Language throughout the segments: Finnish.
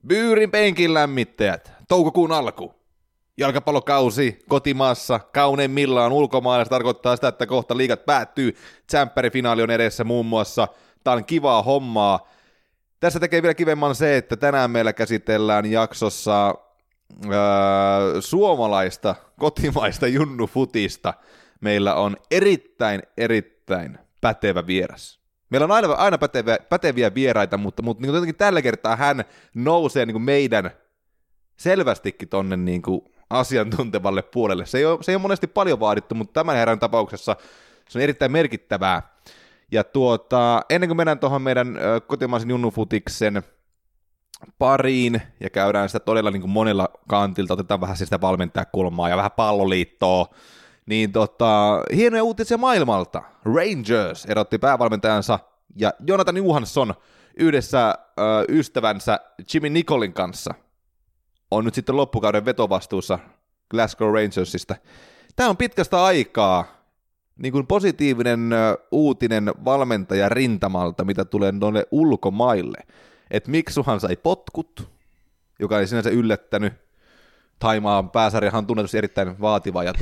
Byyrin penkin lämmittäjät, toukokuun alku. Jalkapallokausi kotimaassa kauneimmillaan ulkomailla. Se tarkoittaa sitä, että kohta liigat päättyy. Tsemppärifinaali on edessä muun muassa. Tämä on kivaa hommaa. Tässä tekee vielä kivemman se, että tänään meillä käsitellään jaksossa suomalaista, kotimaista junnufutista. Meillä on erittäin pätevä vieras. Meillä on aina päteviä vieraita, mutta niin jotenkin tällä kertaa hän nousee niin kuin meidän selvästikin tonne niin kuin asiantuntevalle puolelle. Se ei ole monesti paljon vaadittu, mutta tämän herran tapauksessa se on erittäin merkittävää. Ja ennen kuin mennään tuohon meidän kotimaisen junnufutiksen pariin ja käydään sitä todella niin kuin monella kantilta, otetaan vähän sitä valmentajakulmaa ja vähän palloliittoa, niin hienoja uutisia maailmalta. Rangers erotti päävalmentajansa ja Jonathan Johansson yhdessä ystävänsä Jimmy Nicolin kanssa on nyt sitten loppukauden vetovastuussa Glasgow Rangersista. Tämä on pitkästä aikaa niin kuin positiivinen uutinen valmentaja rintamalta, mitä tulee noille ulkomaille. Että Miksuhan sai potkut, joka ei sinänsä yllättänyt. Taimaan pääsarjahan on tunnetusti erittäin vaativa ja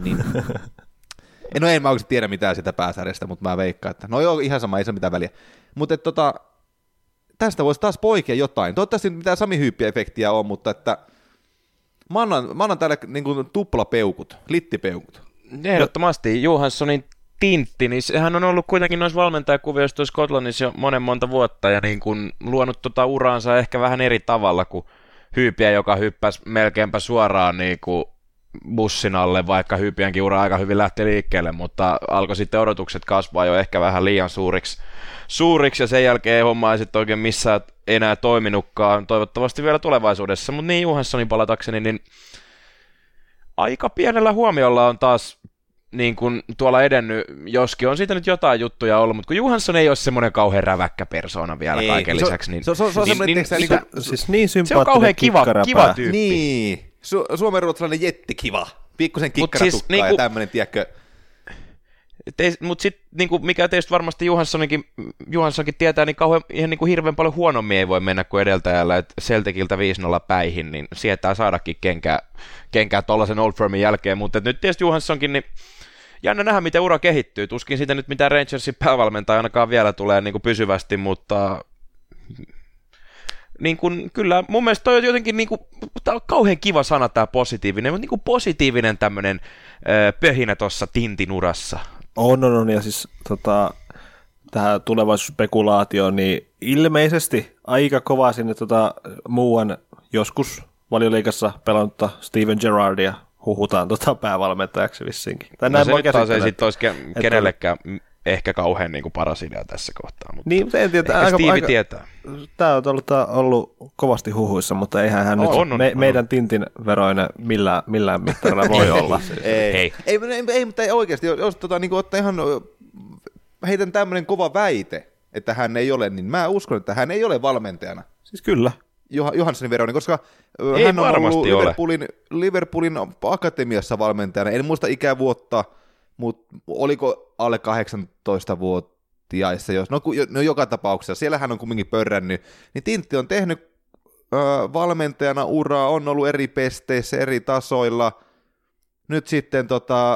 en mä oikeasti tiedä mitään sitä pääsarjasta, mutta mä veikkaan, että no joo, ihan sama, ei se mitään väliä. Mutta tästä voisi taas poikia jotain. Toivottavasti mitään Sami Hyyppiä-efektiä on, mutta että mä annan täällä niin kuin tuplapeukut, littipeukut. Ehdottomasti Johanssonin tintti, niin sehän on ollut kuitenkin noissa valmentajakuvioissa tuossa Skotlannissa jo monta vuotta ja niin kuin luonut uraansa ehkä vähän eri tavalla kuin Hyypiä, joka hyppäsi melkeinpä suoraan niin kuin bussin alle, vaikka Hyypiänkin ura aika hyvin lähti liikkeelle, mutta alkoi sitten odotukset kasvaa jo ehkä vähän liian suuriksi ja sen jälkeen homma ei sitten oikein missään enää toiminutkaan, toivottavasti vielä tulevaisuudessa, mutta niin Johanssonin palatakseni, niin aika pienellä huomiolla on taas niin kuin tuolla edennyt, joskin on siitä nyt jotain juttuja ollut, mutta kun Johansson ei ole semmoinen kauhean räväkkä persoona vielä kaiken lisäksi, niin se on kauhean kiva tyyppi. Niin, suomenruotsalainen jättikiva, pikkusen kikkaratukkaa siis, ja tämmöinen, tiedätkö. Mutta sitten niinku, mikä teistä varmasti Johanssonkin tietää, niin ihan niinku hirveän paljon huonommin ei voi mennä kuin edeltäjällä, että Celticiltä 5-0 päihin, niin sietää saadakin kenkää tuollaisen Old Firmin jälkeen, mutta nyt tietysti Johanssonkin, niin jännä nähdä, miten ura kehittyy. Tuskin siitä nyt mitään Rangersin päävalmentaja ainakaan vielä tulee niin kuin pysyvästi, mutta niin kuin, kyllä mun mielestä toi on jotenkin, niin kuin, tää on kauhean kiva sana tää positiivinen, mutta niin kuin positiivinen tämmönen pöhinä tuossa tintin urassa. On, ja siis tähän tulevaisuusspekulaatioon, niin ilmeisesti aika kova sinne muuan joskus Valioliigassa pelannutta Steven Gerrardia huhutaan päävalmentajaksi vissinkin. No se nyt taas ei sitten olisi kenellekään ehkä kauhean niin kuin paras idea tässä kohtaa, mutta niin, en tiedä, ehkä Steve tietää. Tämä on ollut kovasti huhuissa, mutta eihän hän meidän tintin veroinen millään mittarilla voi olla. Ei, mutta oikeasti, jos niin ottaa ihan heitän tämmöinen kova väite, että hän ei ole, niin mä uskon, että hän ei ole valmentajana. Siis kyllä. Johanssonin veroinen, koska ei hän on ollut Liverpoolin akatemiassa valmentajana. En muista ikävuotta, mutta oliko alle 18-vuotiaissa, no joka tapauksessa, siellä hän on kumminkin pörrännyt, niin Tintti on tehnyt valmentajana uraa, on ollut eri pesteissä, eri tasoilla, nyt sitten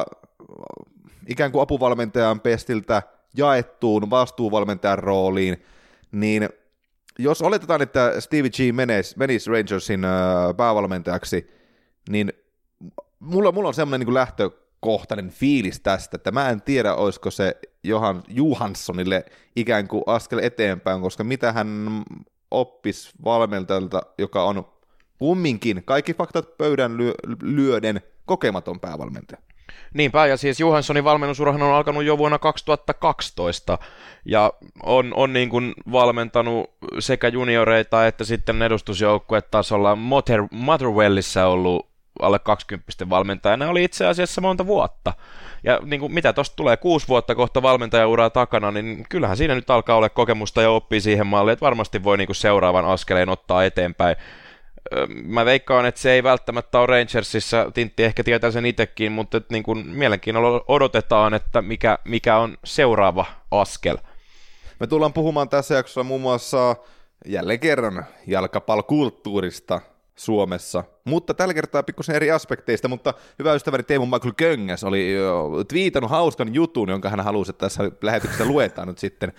ikään kuin apuvalmentajan pestiltä jaettuun vastuuvalmentajan rooliin, niin jos oletetaan, että Stevie G menisi Rangersin päävalmentajaksi, niin mulla on semmoinen niin lähtökohtainen fiilis tästä, että mä en tiedä, olisiko se Johanssonille ikään kuin askel eteenpäin, koska mitä hän oppisi valmentajalta, joka on kumminkin kaikki faktat pöydän lyöden kokematon päävalmentaja. Niinpä, ja siis Johanssonin valmennusurahan on alkanut jo vuonna 2012, ja on niin kuin valmentanut sekä junioreita että sitten edustusjoukkuetasolla. Motherwellissä ollut alle 20 valmentajana, oli itse asiassa monta vuotta. Ja niin kuin mitä tuosta tulee 6 vuotta kohta valmentajauraa takana, niin kyllähän siinä nyt alkaa olla kokemusta ja oppii siihen malliin, että varmasti voi niin kuin seuraavan askeleen ottaa eteenpäin. Mä veikkaan, että se ei välttämättä ole Rangersissa, Tintti ehkä tietää sen itsekin, mutta niin kuin mielenkiinnolla odotetaan, että mikä on seuraava askel. Me tullaan puhumaan tässä jaksossa muun muassa jälleen kerran jalkapallokulttuurista Suomessa, mutta tällä kertaa pikkusen eri aspekteista, mutta hyvä ystäväni Teemu Michael Köngäs oli twiitannut hauskan jutun, jonka hän halusi, että tässä lähetyksessä luetaan nyt sitten.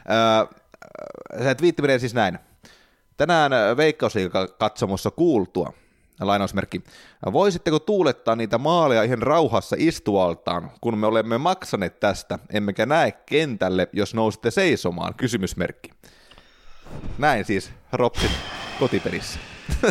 Se twiitti menee siis näin. Tänään Veikkausliiga-katsomossa kuultua, lainausmerkki, voisitteko tuulettaa niitä maaleja ihan rauhassa istualtaan, kun me olemme maksaneet tästä, emmekä näe kentälle, jos nousitte seisomaan, kysymysmerkki. Näin siis Ropsin kotiperissä.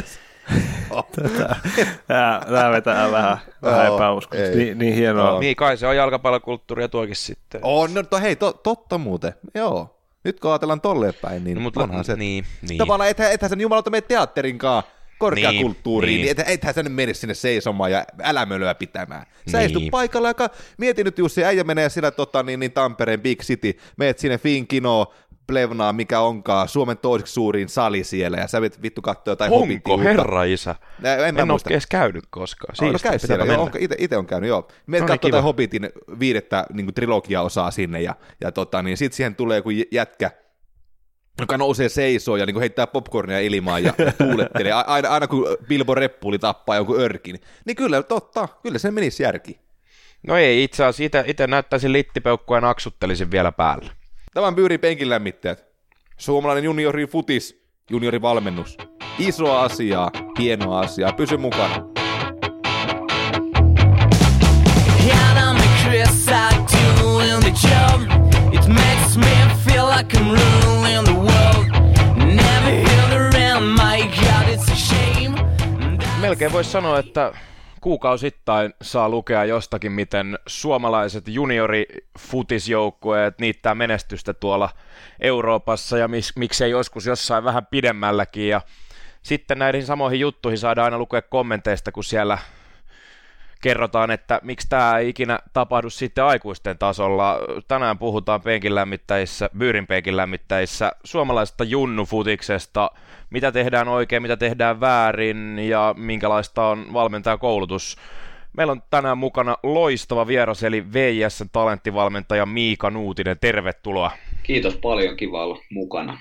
Tämä vetää vähän epäuskoisesti. Niin hienoa. Niin kai se on jalkapallokulttuuria tuokin sitten. On, no hei, totta muuten, joo. Nyt kun ajatellaan tolleen päin, niin no, onhan se. Niin. Tavallaan ethän sen jumalauta mene teatterinkaan korkeakulttuuriin, niin ethän sä nyt mene sinne seisomaan ja älämölöä pitämään. Sä istut paikalla, joka mieti nyt Jussi, äijä menee sillä Tampereen Big City, meet sinne Finkinoon, Plevnaa, mikä onkaan, Suomen toiseksi suurin sali siellä, ja sä vittu kattoo jotain Hobbitia. Onko, herra isä? En ole edes käynyt koskaan. No käy siellä, itse on käynyt, joo. Meet kattoo jotain Hobbitin 5. niin trilogia-osaa sinne, ja sit siihen tulee joku jätkä, joka nousee seisoo ja niin heittää popcornia ilmaan ja tuulettelee, aina kun Bilbo Reppuli tappaa jonkun örkin, niin kyllä se menisi järki. No ei, itse asiassa itse näyttäisin littipeukkua ja naksuttelisin vielä päällä. Tämän Byyrin penkin lämmittäjät. Suomalainen juniori futis, juniorivalmennus. Isoa asiaa, hienoa asiaa, pysy mukana. Melkein voisi sanoa, että kuukausittain saa lukea jostakin, miten suomalaiset juniorifutisjoukkueet niittää menestystä tuolla Euroopassa ja miksei joskus jossain vähän pidemmälläkin. Ja sitten näihin samoihin juttuihin saadaan aina lukea kommenteista, kun siellä kerrotaan, että miksi tämä ei ikinä tapahdu sitten aikuisten tasolla. Tänään puhutaan Byyrin penkin lämmittäjissä suomalaisesta junnufutiksesta, mitä tehdään oikein, mitä tehdään väärin ja minkälaista on valmentajakoulutus. Meillä on tänään mukana loistava vieras, eli VJS:n talenttivalmentaja Miika Nuutinen. Tervetuloa. Kiitos paljon, kiva olla mukana.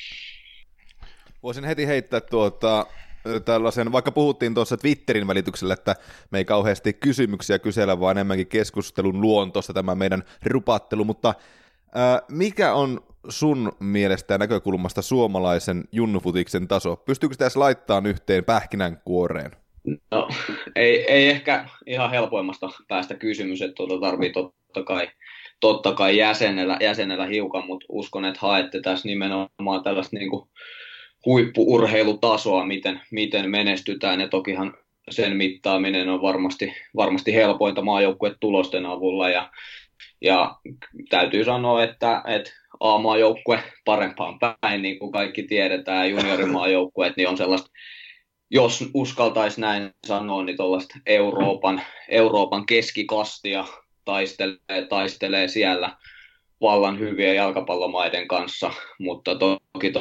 Voisin heti heittää tällaisen, vaikka puhuttiin tuossa Twitterin välityksellä, että me ei kauheasti kysymyksiä kysellä, vaan enemmänkin keskustelun luontosta tämä meidän rupattelu, mutta mikä on sun mielestä ja näkökulmasta suomalaisen junnufutiksen taso? Pystyykö sitä edes laittamaan yhteen pähkinänkuoreen? No, ei ehkä ihan helpoimmasta päästä kysymys, että tarvii totta kai jäsenellä hiukan, mutta uskon, että haette tässä nimenomaan tällaista niin kuin huippu-urheilutasoa, miten menestytään, ja tokihan sen mittaaminen on varmasti helpointa maajoukkuetulosten avulla, ja täytyy sanoa, että A-maajoukkue parempaan päin, niin kuin kaikki tiedetään, juniorimaajoukkueet, niin on sellaista, jos uskaltaisi näin sanoa, niin tuollaista Euroopan keskikastia taistelee siellä vallan hyvien jalkapallomaiden kanssa, mutta toki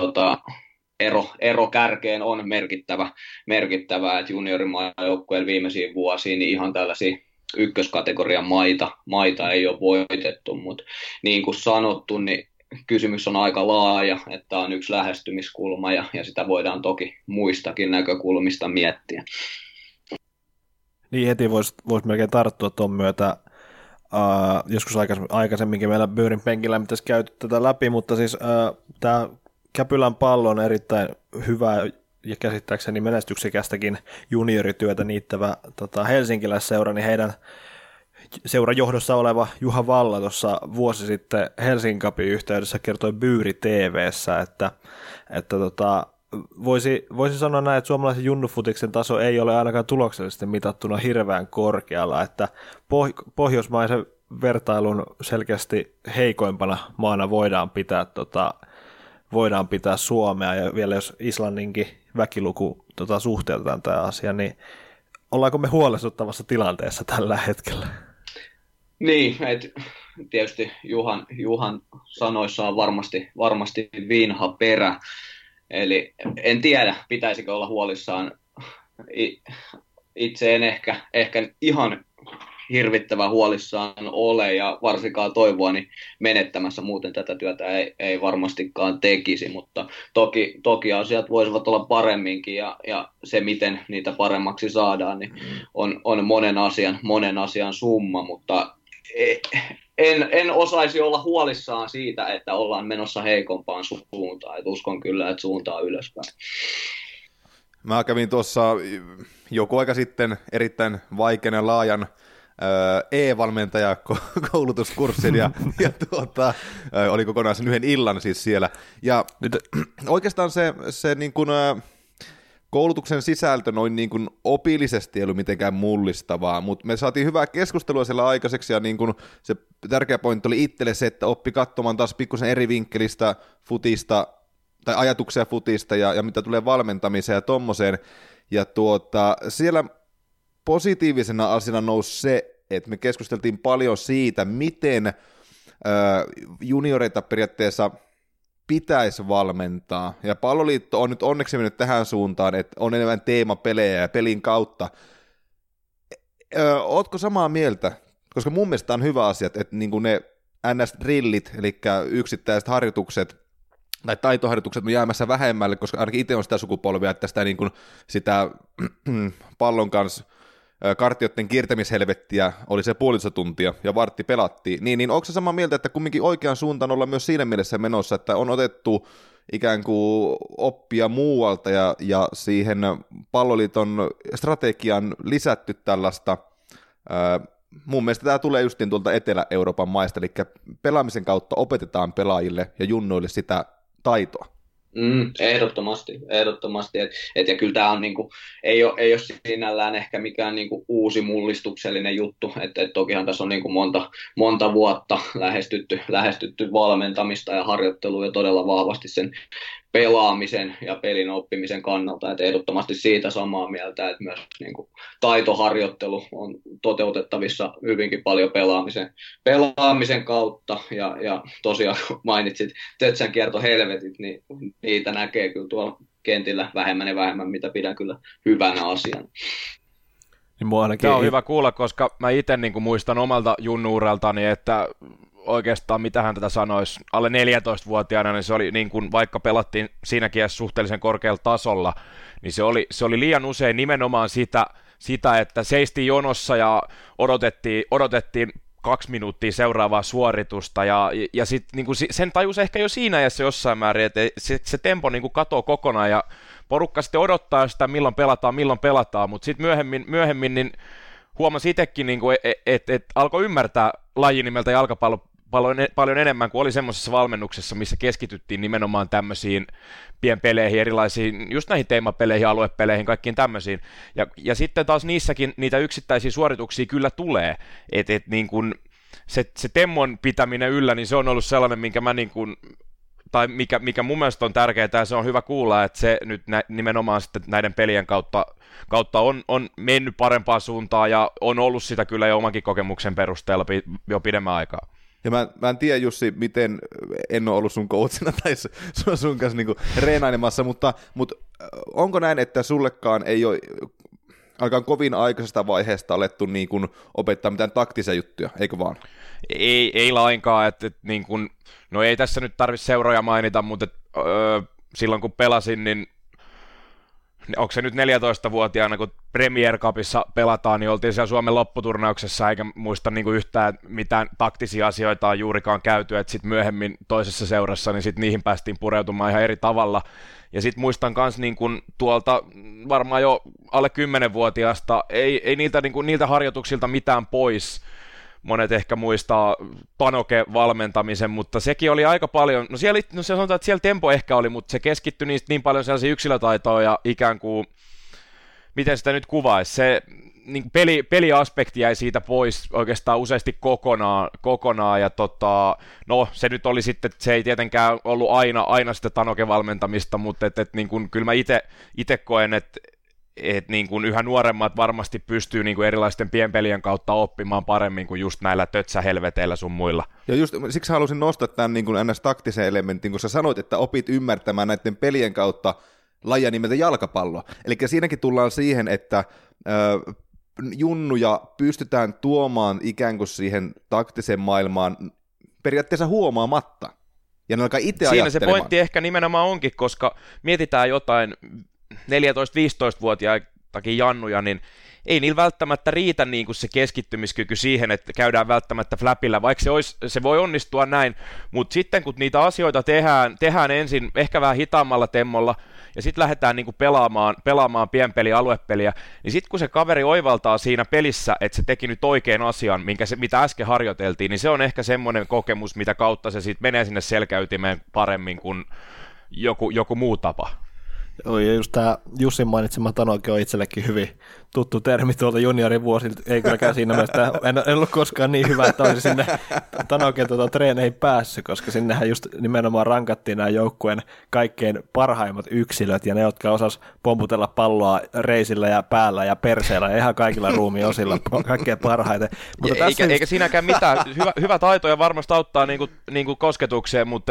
ero kärkeen on merkittävää, että juniorimaajoukkueen viimeisiin vuosiin niin ihan tällaisia ykköskategorian maita ei ole voitettu, mutta niin kuin sanottu, niin kysymys on aika laaja, että on yksi lähestymiskulma ja sitä voidaan toki muistakin näkökulmista miettiä. Niin heti voisi melkein tarttua tuon myötä. Joskus aikaisemminkin meillä Byyrin penkillä pitäisi käyty tätä läpi, mutta siis tämä Käpylän pallo on erittäin hyvä ja käsittääkseni menestyksekästäkin juniorityötä niittävä helsinkiläisseura, niin heidän seuran johdossa oleva Juha Valla tuossa vuosi sitten Helsingin Cupin yhteydessä kertoi Byyri TV:ssä, että voisi sanoa näin, että suomalaisen junnufutiksen taso ei ole ainakaan tuloksellisesti mitattuna hirveän korkealla, että pohjoismaisen vertailun selkeästi heikoimpana maana voidaan pitää Suomea, ja vielä jos Islanninkin väkiluku suhteutetaan tämä asia, niin ollaanko me huolestuttavassa tilanteessa tällä hetkellä? Niin, tietysti Juhan sanoissa on varmasti vinha perä, eli en tiedä, pitäisikö olla huolissaan. Itse en ehkä ihan hirvittävän huolissaan ole ja varsinkaan toivoani menettämässä, muuten tätä työtä ei varmastikaan tekisi, mutta toki asiat voisivat olla paremminkin ja se, miten niitä paremmaksi saadaan, niin on monen asian summa, mutta en osaisi olla huolissaan siitä, että ollaan menossa heikompaan suuntaan. Et uskon kyllä, että suunta on ylöspäin. Mä kävin tuossa joku aika sitten erittäin vaikean ja laajan e-valmentajakoulutuskurssin ja oli kokonaan sen yhden illan siis siellä. Ja oikeastaan se niin kuin, koulutuksen sisältö noin niin kuin opillisesti ei ollut mitenkään mullistavaa, mutta me saatiin hyvää keskustelua siellä aikaiseksi, ja niin kuin se tärkeä pointti oli itselle se, että oppi katsomaan taas pikkusen eri vinkkelistä futista, tai ajatuksia futista, ja mitä tulee valmentamiseen ja tommoseen, ja siellä positiivisena asiana nousi se, että me keskusteltiin paljon siitä, miten junioreita periaatteessa pitäisi valmentaa, ja Palloliitto on nyt onneksi mennyt tähän suuntaan, että on enemmän teemapelejä ja pelin kautta. Ootko samaa mieltä? Koska mun mielestä on hyvä asia, että niin kuin ne NS-drillit, eli yksittäiset harjoitukset, tai taitoharjoitukset on jäämässä vähemmälle, koska ainakin itse on sitä sukupolvia, että sitä, niin kuin, sitä pallon kanssa kartioiden kiertämishelvettiä oli se puolitoista tuntia ja vartti pelattiin, niin onko se samaa mieltä, että kumminkin oikean suuntaan olla myös siinä mielessä menossa, että on otettu ikään kuin oppia muualta ja siihen Palloliiton strategian lisätty tällaista, mun mielestä tämä tulee justiin tuolta Etelä-Euroopan maista, eli pelaamisen kautta opetetaan pelaajille ja junnoille sitä taitoa. Ehdottomasti. Ja kyllä tämä on niinku, ei ole sinällään ehkä mikään niinku uusi mullistuksellinen juttu, että tokihan tässä on niinku monta vuotta lähestytty valmentamista ja harjoittelua ja todella vahvasti sen pelaamisen ja pelin oppimisen kannalta, että ehdottomasti siitä samaa mieltä, että myös niinku taitoharjoittelu on toteutettavissa hyvinkin paljon pelaamisen kautta, ja tosiaan kun mainitsit Tötsän kiertohelvetit, niin niitä näkee kyllä tuolla kentillä vähemmän ja vähemmän, mitä pidän kyllä hyvänä asiana. Niin tämä on hyvä kuulla, koska mä itse niin muistan omalta junnuureltani, että oikeastaan mitähän tätä sanoisi, alle 14-vuotiaana, niin se oli niin kuin, vaikka pelattiin siinäkin suhteellisen korkealla tasolla, niin se oli liian usein nimenomaan sitä, että seistiin jonossa ja odotettiin 2 minuuttia seuraavaa suoritusta, ja sitten niin sen tajus ehkä jo siinä iässä jossain määrin, että se tempo niin katoo kokonaan, ja porukka sitten odottaa sitä, milloin pelataan, mutta sitten myöhemmin niin huomasi itsekin, niin että alkoi ymmärtää lajin nimeltä jalkapallo paljon enemmän kuin oli semmoisessa valmennuksessa, missä keskityttiin nimenomaan tämmöisiin pienpeleihin, erilaisiin, just näihin teemapeleihin, aluepeleihin, kaikkiin tämmöisiin. Ja sitten taas niissäkin niitä yksittäisiä suorituksia kyllä tulee. Niin kun se temmon pitäminen yllä, niin se on ollut sellainen, minkä mä niin kun, tai mikä mun mielestä on tärkeää, ja se on hyvä kuulla, että se nyt nimenomaan sitten näiden pelien kautta on mennyt parempaan suuntaan, ja on ollut sitä kyllä jo omankin kokemuksen perusteella jo pidemmän aikaa. Ja mä en tiedä, Jussi, miten en ole ollut sun coachina tai sun kanssa niinku reenailemassa, mutta onko näin, että sullekaan ei ole ainakaan kovin aikaisesta vaiheesta alettu niin kuin opettaa mitään taktisia juttuja, eikö vaan? Ei lainkaan, että niin kuin, no ei tässä nyt tarvitse seuroja mainita, mutta silloin kun pelasin, niin onko se nyt 14-vuotiaana, kun Premier Cupissa pelataan, niin oltiin siellä Suomen lopputurnauksessa, eikä muista niin kuin yhtään mitään taktisia asioita on juurikaan käyty, että sitten myöhemmin toisessa seurassa, niin sitten niihin päästiin pureutumaan ihan eri tavalla. Ja sitten muistan myös niin kuin tuolta varmaan jo alle 10-vuotiaasta, ei niiltä, niin kuin, niiltä harjoituksilta mitään pois. Monet ehkä muistaa Panoke-valmentamisen, mutta sekin oli aika paljon, se sanotaan, että siellä tempo ehkä oli, mutta se keskittyi niistä niin paljon sellaisia yksilötaitoja ja ikään kuin, miten sitä nyt kuvaisi, se niin peliaspekti jäi siitä pois oikeastaan useasti kokonaan ja no se nyt oli sitten, se ei tietenkään ollut aina sitä Panoke-valmentamista, mutta niin kuin, kyllä mä itse koen, että niin kuin yhä nuoremmat varmasti pystyy niin kuin erilaisten pienpelien kautta oppimaan paremmin kuin just näillä tötsähelveteillä sun muilla. Ja just siksi halusin nostaa tämän niin kuin NS-taktisen elementin, kun sä sanoit, että opit ymmärtämään näiden pelien kautta lajia nimeltä jalkapallo. Eli siinäkin tullaan siihen, että junnuja pystytään tuomaan ikään kuin siihen taktiseen maailmaan periaatteessa huomaamatta. Ja ne alkaa itse Siinä ajattelemaan. se pointti ehkä nimenomaan onkin, koska mietitään jotain 14-15-vuotiaitakin jannuja, niin ei niillä välttämättä riitä niin kuin se keskittymiskyky siihen, että käydään välttämättä flapilla, vaikka se voi onnistua näin, mutta sitten kun niitä asioita tehdään ensin ehkä vähän hitaammalla temmolla, ja sitten lähdetään niin kuin pelaamaan pienpeliä, aluepeliä, niin sitten kun se kaveri oivaltaa siinä pelissä, että se teki nyt oikein asian, mitä äsken harjoiteltiin, niin se on ehkä semmoinen kokemus, mitä kautta se sitten menee sinne selkäytimeen paremmin kuin joku muu tapa. Joo, ja just tämä Jussin mainitsema Tanoke on itsellekin hyvin tuttu termi tuolta juniorivuosilta. Ei kylläkään siinä mielessä, en ollut koskaan niin hyvä, että olisi sinne Tanoken treeneihin päässyt, koska sinnehän just nimenomaan rankattiin nämä joukkueen kaikkein parhaimmat yksilöt, ja ne, jotka osas pomputella palloa reisillä ja päällä ja perseellä ja ihan kaikilla ruumiosilla kaikkein parhaiten. Mutta eikä siinäkään mitään. Hyvä taito ja varmasti auttaa niinku kosketukseen, mutta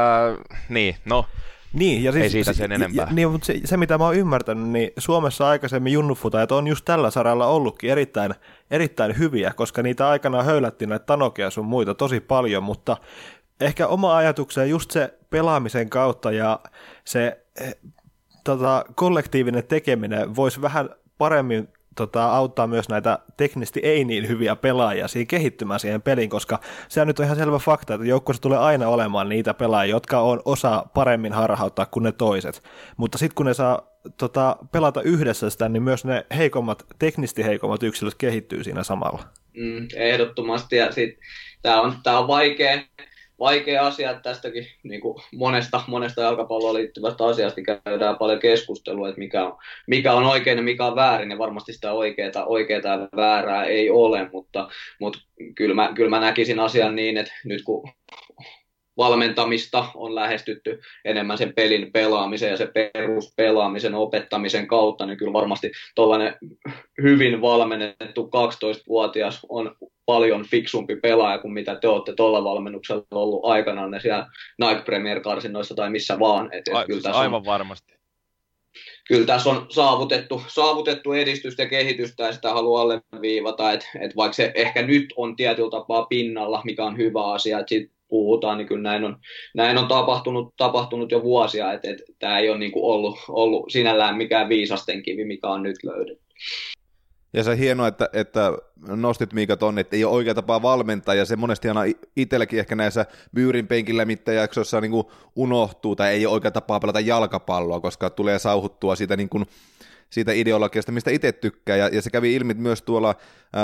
Niin, ja siis, ei siitä sen enempää. Mutta se, mitä mä oon ymmärtänyt, niin Suomessa aikaisemmin junnufutajat on just tällä saralla ollutkin erittäin hyviä, koska niitä aikanaan höylättiin näitä Tanokia sun muita tosi paljon, mutta ehkä oma ajatukseen just se pelaamisen kautta ja se kollektiivinen tekeminen voisi vähän paremmin auttaa myös näitä teknisesti ei niin hyviä pelaajia siinä kehittymään siihen peliin, koska se nyt on ihan selvä fakta, että joukkueessa tulee aina olemaan niitä pelaajia, jotka osaa paremmin harhauttaa kuin ne toiset, mutta sitten kun ne saa pelata yhdessä sitä, niin myös ne teknisesti heikommat yksilöt kehittyy siinä samalla. Ehdottomasti, ja tämä on vaikea asia, että tästäkin niin kuin monesta jalkapalloon liittyvästä asiasta käydään paljon keskustelua, että mikä on oikein ja mikä on väärin, ja varmasti sitä oikeaa ja väärää ei ole, mutta kyllä mä näkisin asian niin, että nyt kun valmentamista on lähestytty enemmän sen pelin pelaamisen ja se peruspelaamisen opettamisen kautta, niin kyllä varmasti tuollainen hyvin valmennettu 12-vuotias on paljon fiksumpi pelaaja kuin mitä te olette tuolla valmennuksella ollut aikanaan siellä Nike Premier-karsinnoissa tai missä vaan. Aivan varmasti. Kyllä tässä on saavutettu edistystä ja kehitystä, ja sitä haluan alleviivata, että vaikka se ehkä nyt on tietyllä tapaa pinnalla, mikä on hyvä asia, että siitä puhutaan, niin kyllä näin on tapahtunut jo vuosia, että tämä ei ole niin kuin ollut sinällään mikään viisasten kivi, mikä on nyt löydetty. Ja se on hienoa, että nostit Miika tonne, että ei ole oikea tapa valmentaa, ja se monesti aina itselläkin ehkä näissä Byyrin penkillä jaksoissa niin kuin unohtuu, tai ei ole oikea tapa pelata jalkapalloa, koska tulee sauhuttua siitä, niin kuin, siitä ideologiasta, mistä itse tykkää, ja se kävi ilmi myös tuolla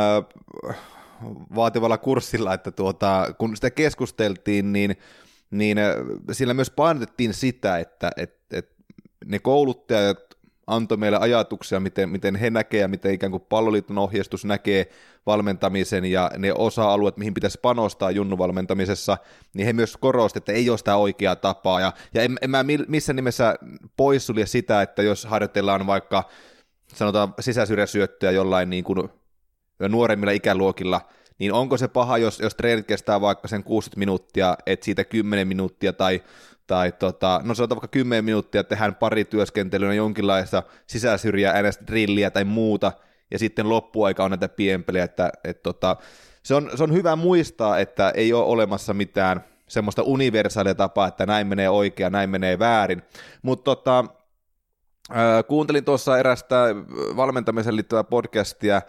vaativalla kurssilla, että kun sitä keskusteltiin, niin sillä myös painotettiin sitä, että ne kouluttajat antoi meille ajatuksia, miten he näkee ja miten ikään kuin Palloliiton ohjeistus näkee valmentamisen ja ne osa-alueet, mihin pitäisi panostaa junnuvalmentamisessa, niin he myös korostivat, että ei ole sitä oikeaa tapaa. Ja en mä missään nimessä poissulje sitä, että jos harjoitellaan vaikka sanotaan sisäsyrjäsyöttöä jollain niin kuin nuoremmilla ikäluokilla, niin onko se paha, jos treenit kestää vaikka sen 60 minuuttia, että siitä 10 minuuttia tai no sanotaan vaikka 10 minuuttia, tehdään pari työskentelynä jonkinlaista sisäsyrjää, NS-drilliä tai muuta, ja sitten loppuaika on näitä pienpeliä, että se on hyvä muistaa, että ei ole olemassa mitään semmoista universaalia tapaa, että näin menee oikein, näin menee väärin, mutta kuuntelin tuossa erästä valmentamiseen liittyvää podcastia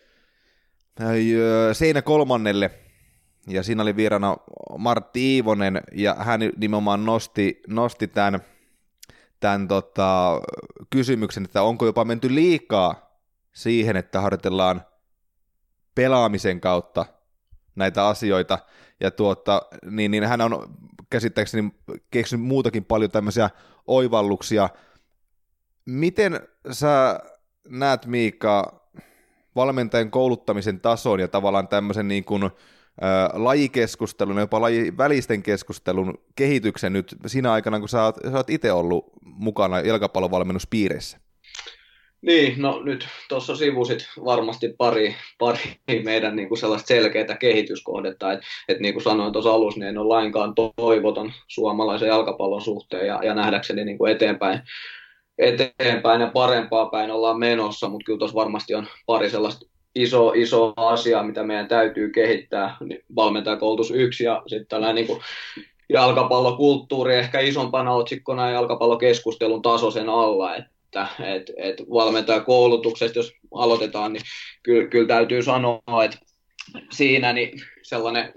Seinä kolmannelle, ja siinä oli vieraana Martti Iivonen, ja hän nimenomaan nosti tämän kysymyksen, että onko jopa menty liikaa siihen, että harjoitellaan pelaamisen kautta näitä asioita, ja niin hän on käsittääkseni keksinyt muutakin paljon tämmöisiä oivalluksia. Miten sä näet, Miika, valmentajan kouluttamisen tason ja tavallaan tämmöisen niin kuin lajikeskustelun, jopa lajin välisten keskustelun kehityksen nyt siinä aikana, kun sä oot itse ollut mukana jalkapallovalmennuspiireissä? Niin, no nyt tuossa sivusit varmasti pari meidän niin kuin sellaista selkeää kehityskohdetta, että niin kuin sanoin tuossa alussa, niin en ole lainkaan toivoton suomalaisen jalkapallon suhteen ja nähdäkseni niin kuin eteenpäin ja parempaa päin ollaan menossa, mutta kyllä tuossa varmasti on pari sellaista iso asia, mitä meidän täytyy kehittää, niin valmentajakoulutus 1 ja sitten tällainen niin kuin jalkapallokulttuuri ehkä isompana otsikkona jalkapallokeskustelun tasoisen alla, että valmentajakoulutuksesta, jos aloitetaan, niin kyllä täytyy sanoa, että siinä niin sellainen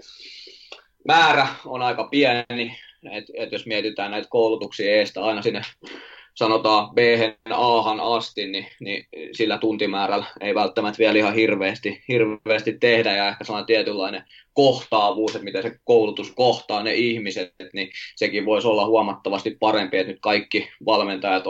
määrä on aika pieni, että jos mietitään näitä koulutuksia eestä aina sinne sanotaan B-hän A-han asti, niin sillä tuntimäärällä ei välttämättä vielä ihan hirveästi tehdä, ja ehkä sellainen tietynlainen kohtaavuus, että miten se koulutus kohtaa ne ihmiset, niin sekin voisi olla huomattavasti parempi, että nyt kaikki valmentajat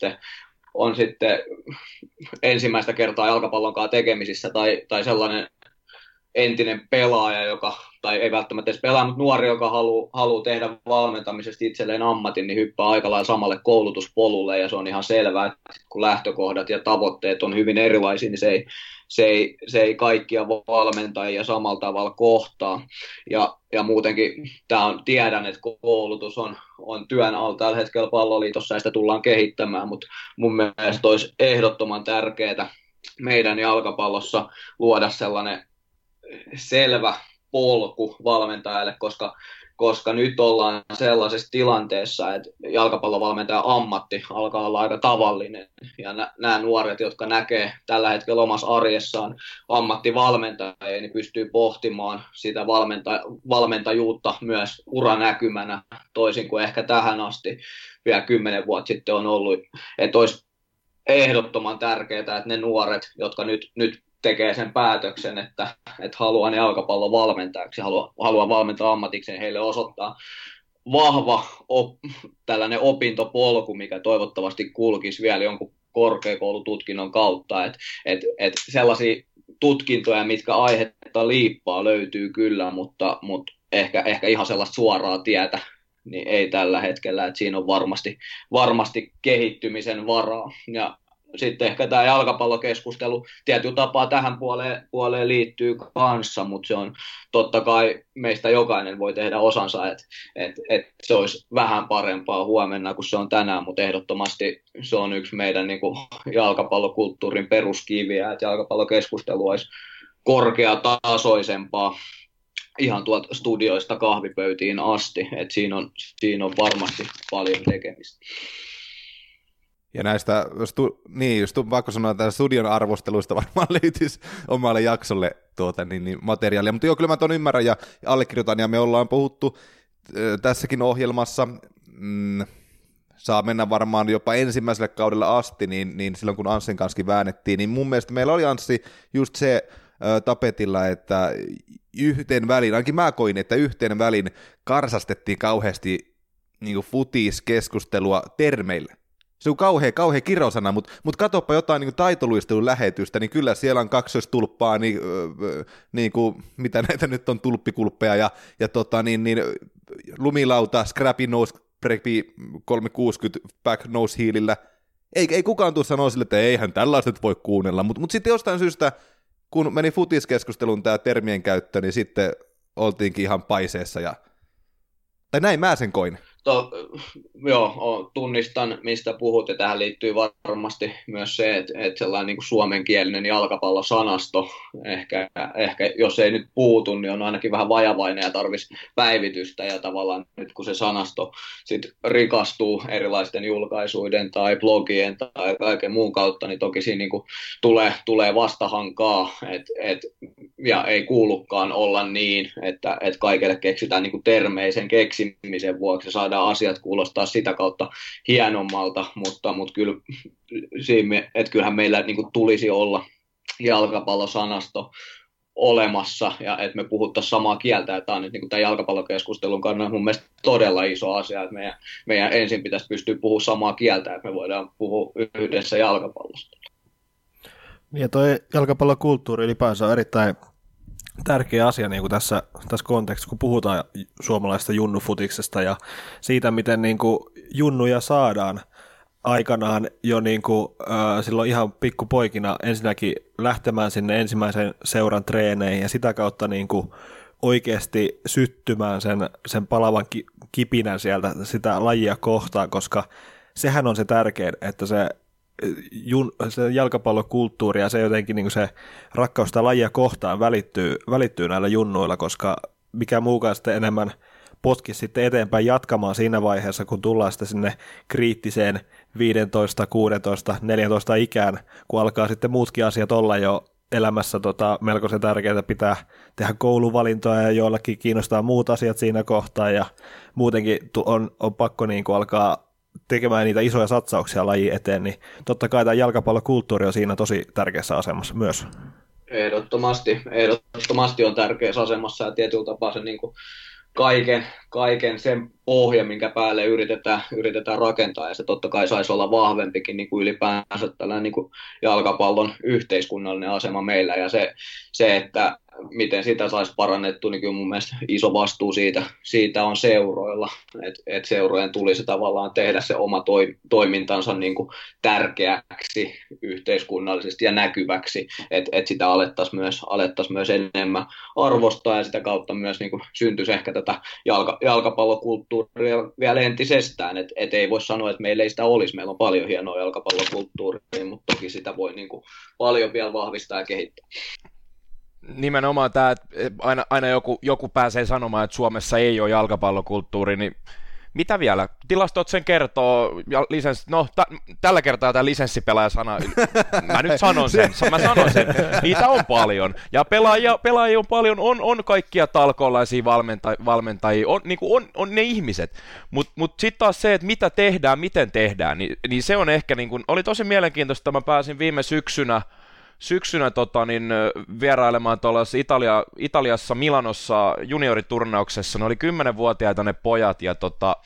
on sitten ensimmäistä kertaa jalkapallon kanssa tekemisissä, tai sellainen entinen pelaaja, tai ei välttämättä edes pelaa, mutta nuori, joka haluaa tehdä valmentamisesta itselleen ammatin, niin hyppää aika lailla samalle koulutuspolulle, ja se on ihan selvää, että kun lähtökohdat ja tavoitteet on hyvin erilaisia, niin se ei kaikkia valmentajia samalla tavalla kohtaa. Ja muutenkin tiedän, että koulutus on työn alla tällä hetkellä Palloliitossa, ja sitä tullaan kehittämään, mutta mun mielestä olisi ehdottoman tärkeää meidän jalkapallossa luoda sellainen selvä polku valmentajalle, koska nyt ollaan sellaisessa tilanteessa, että jalkapallovalmentajan ammatti alkaa olla aika tavallinen. Ja nämä nuoret, jotka näkee tällä hetkellä omassa arjessaan ammattivalmentajia, niin pystyy pohtimaan sitä valmentajuutta myös uranäkymänä, toisin kuin ehkä tähän asti vielä 10 vuotta sitten on ollut. Että olisi ehdottoman tärkeää, että ne nuoret, jotka nyt tekee sen päätöksen, että haluaa jalkapallon valmentajaksi, haluaa valmentaa ammatikseen, heille osoittaa vahva tällainen opintopolku, mikä toivottavasti kulkisi vielä jonkun korkeakoulututkinnon kautta. Et sellaisia tutkintoja, mitkä aihetta liippaa, löytyy kyllä, mutta ehkä ihan sellaista suoraa tietä niin ei tällä hetkellä, että siinä on varmasti kehittymisen varaa. Ja sitten ehkä tämä jalkapallokeskustelu tietyllä tapaa tähän puoleen liittyy kanssa, mutta se on totta kai meistä jokainen voi tehdä osansa, että se olisi vähän parempaa huomenna kuin se on tänään, mutta ehdottomasti se on yksi meidän niin kuin jalkapallokulttuurin peruskiviä, että jalkapallokeskustelu olisi korkeatasoisempaa ihan tuolta studioista kahvipöytiin asti, että siinä on varmasti paljon tekemistä. Ja näistä, just vaikka sanoa, että studion arvosteluista varmaan löytyisi omalle jaksolle materiaalia, mutta joo, kyllä mä ton ymmärrän ja allekirjoitan, ja me ollaan puhuttu tässäkin ohjelmassa, saa mennä varmaan jopa ensimmäiselle kaudelle asti, niin silloin kun Anssin kanssa väännettiin, niin mun mielestä meillä oli Anssi just se tapetilla, että yhteen väliin, ainakin mä koin, että yhteen väliin karsastettiin kauheasti niin futiskeskustelua termeille. Se on kauhea kirosana, mutta katsoppa jotain niin taitoluistelun lähetystä, niin kyllä siellä on kaksoistulppaa, niin kuin, mitä näitä nyt on, tulppikulppeja ja lumilauta, scrappy nose, preppy 360 back nose heelillä. Ei kukaan tule sanoa sille, että eihän tällaiset voi kuunnella, mutta sitten jostain syystä, kun meni futiskeskusteluun tämä termien käyttö, niin sitten oltiinkin ihan paiseessa tai näin mä sen koin. Joo, tunnistan, mistä puhut, ja tähän liittyy varmasti myös se, että sellainen niin kuin suomenkielinen jalkapallosanasto, ehkä jos ei nyt puutu, niin on ainakin vähän vajavainen ja tarvitsisi päivitystä, ja tavallaan nyt kun se sanasto sit rikastuu erilaisten julkaisuiden tai blogien tai kaiken muun kautta, niin toki siinä niin kuin tulee vastahankaa, ja ei kuulukaan olla niin, että kaikille keksitään niin kuin termeisen keksimisen vuoksi, saadaan asiat kuulostaa sitä kautta hienommalta, mutta kyllä siinä, että kyllähän meillä niin kuin tulisi olla jalkapallosanasto olemassa, ja että me puhuttaisiin samaa kieltä, että tämä on nyt niin kuin tämän jalkapallokeskustelun kannalta mun mielestä todella iso asia, että meidän ensin pitäisi pystyä puhumaan samaa kieltä, että me voidaan puhua yhdessä jalkapallosta. Ja toi jalkapallokulttuuri ylipäänsä on erittäin tärkeä asia niin kuin tässä kontekstissa, kun puhutaan suomalaisesta junnufutiksesta ja siitä, miten niin kuin junnuja saadaan aikanaan jo niin kuin, silloin ihan pikkupoikina ensinnäkin lähtemään sinne ensimmäisen seuran treeneihin ja sitä kautta niin kuin oikeasti syttymään sen palavan kipinän sieltä sitä lajia kohtaan, koska sehän on se tärkein, että se se jalkapallokulttuuri ja se jotenkin niin se rakkaus sitä lajia kohtaan välittyy näillä junnuilla, koska mikä muukaan sitten enemmän potkisi sitten eteenpäin jatkamaan siinä vaiheessa, kun tullaan sitten sinne kriittiseen 15, 16, 14 ikään, kun alkaa sitten muutkin asiat olla jo elämässä melkoisen tärkeää, pitää tehdä kouluvalintoja ja joillakin kiinnostaa muut asiat siinä kohtaa ja muutenkin on pakko niin kuin alkaa tekemään niitä isoja satsauksia lajiin eteen, niin totta kai tämä jalkapallokulttuuri on siinä tosi tärkeässä asemassa myös. Ehdottomasti on tärkeässä asemassa ja tietyllä tapaa se niin kuin kaiken sen pohja, minkä päälle yritetään rakentaa, ja se totta kai saisi olla vahvempikin niin kuin ylipäänsä tällainen niin kuin jalkapallon yhteiskunnallinen asema meillä, ja se että miten sitä saisi parannettua, niin kyllä mun mielestä iso vastuu siitä on seuroilla, että seurojen tulisi tavallaan tehdä se oma toimintansa niin kuin tärkeäksi yhteiskunnallisesti ja näkyväksi, että sitä alettaisiin myös enemmän arvostaa ja sitä kautta myös niin kuin syntyisi ehkä tätä jalkapallokulttuuria vielä entisestään, että ei voi sanoa, että meillä ei sitä olisi, meillä on paljon hienoa jalkapallokulttuuria, mutta toki sitä voi niin kuin paljon vielä vahvistaa ja kehittää. Nimenomaan tämä, että aina joku pääsee sanomaan, että Suomessa ei ole jalkapallokulttuuri, niin mitä vielä? Tilastot sen kertoo, ja tällä kertaa tämä lisenssipelaaja-sana, mä nyt sanon sen, niitä on paljon, ja pelaajia on paljon, on kaikkia talkoolaisia valmentajia, on ne ihmiset, mutta sitten taas se, että mitä tehdään, miten tehdään, niin se on ehkä, niin kun, oli tosi mielenkiintoista, mä pääsin viime syksynä vierailemaan tuolla Italiassa Milanossa junioriturnauksessa, ne oli 10-vuotiaita ne pojat, ja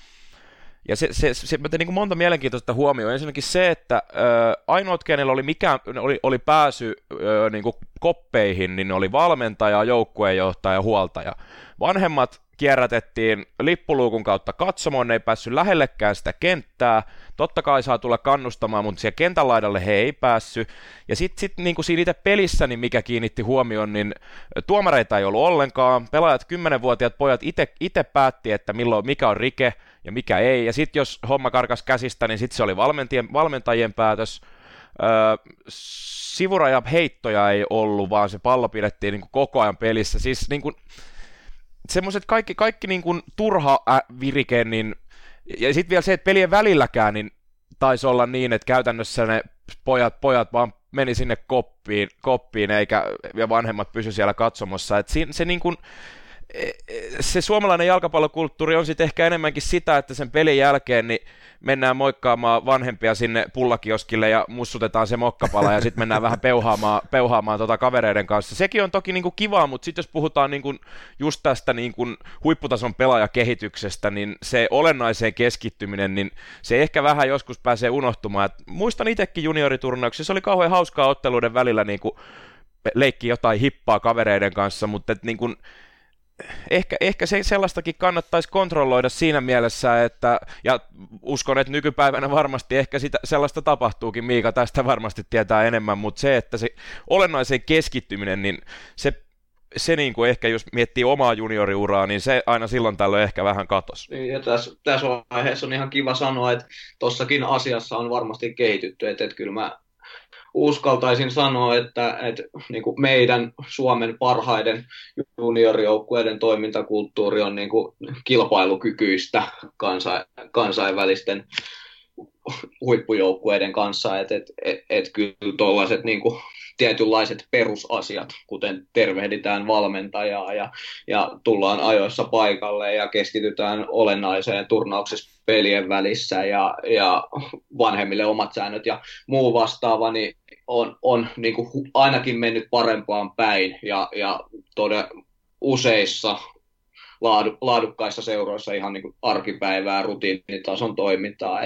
mä tein niin monta mielenkiintoista huomioon. Ensinnäkin se, että ainoat, kenellä oli pääsy niin koppeihin, niin ne oli valmentaja, joukkueenjohtaja ja huoltaja. Vanhemmat kierrätettiin lippuluukun kautta katsomoon, ne ei päässyt lähellekään sitä kenttää. Totta kai saa tulla kannustamaan, mutta siellä kentän laidalle he ei päässyt. Ja sitten niin kuin siinä itse pelissä, niin mikä kiinnitti huomioon, niin tuomareita ei ollut ollenkaan. Pelaajat, 10-vuotiaat pojat itse päätti, että mikä on rike ja mikä ei. Ja sitten jos homma karkas käsistä, niin sitten se oli valmentajien päätös. Sivuraja heittoja ei ollut, vaan se pallo pidettiin niin kuin koko ajan pelissä. Siis niin kuin semmoiset kaikki niin kuin turha virike, niin, ja sitten vielä se, että pelien välilläkään, niin taisi olla niin, että käytännössä ne pojat vaan meni sinne koppiin ja vanhemmat pysy siellä katsomossa. Et se, niin kuin, se suomalainen jalkapallokulttuuri on sitten ehkä enemmänkin sitä, että sen pelin jälkeen niin mennään moikkaamaan vanhempia sinne pullakioskille ja mussutetaan se mokkapala ja sitten mennään vähän peuhaamaan kavereiden kanssa. Sekin on toki niinku kivaa, mutta sitten jos puhutaan niinku just tästä niinku huipputason pelaajakehityksestä, niin se olennaiseen keskittyminen, niin se ehkä vähän joskus pääsee unohtumaan. Et muistan itsekin junioriturnauksessa, se oli kauhean hauskaa otteluiden välillä niinku leikki jotain hippaa kavereiden kanssa, mutta niinku Ehkä se sellaistakin kannattaisi kontrolloida siinä mielessä, että, ja uskon, että nykypäivänä varmasti ehkä sellaista tapahtuukin, Miika tästä varmasti tietää enemmän, mutta se, että se olennaisen keskittyminen, niin se niin kuin ehkä jos miettii omaa junioriuraa, niin se aina silloin tällöin ehkä vähän katosi. Ja tässä vaiheessa on ihan kiva sanoa, että tossakin asiassa on varmasti kehitytty, että kyllä mä uskaltaisin sanoa, että niin kuin meidän Suomen parhaiden juniorijoukkueiden toimintakulttuuri on niin kuin kilpailukykyistä kansainvälisten huippujoukkueiden kanssa, että kyllä tuollaiset niin kuin tietynlaiset perusasiat, kuten tervehditään valmentajaa ja tullaan ajoissa paikalle ja keskitytään olennaiseen turnauksessa pelien välissä ja vanhemmille omat säännöt ja muu vastaava, niin on niin kuin ainakin mennyt parempaan päin ja useissa laadukkaissa seuroissa ihan niin kuin arkipäivää, rutiinitason toimintaa,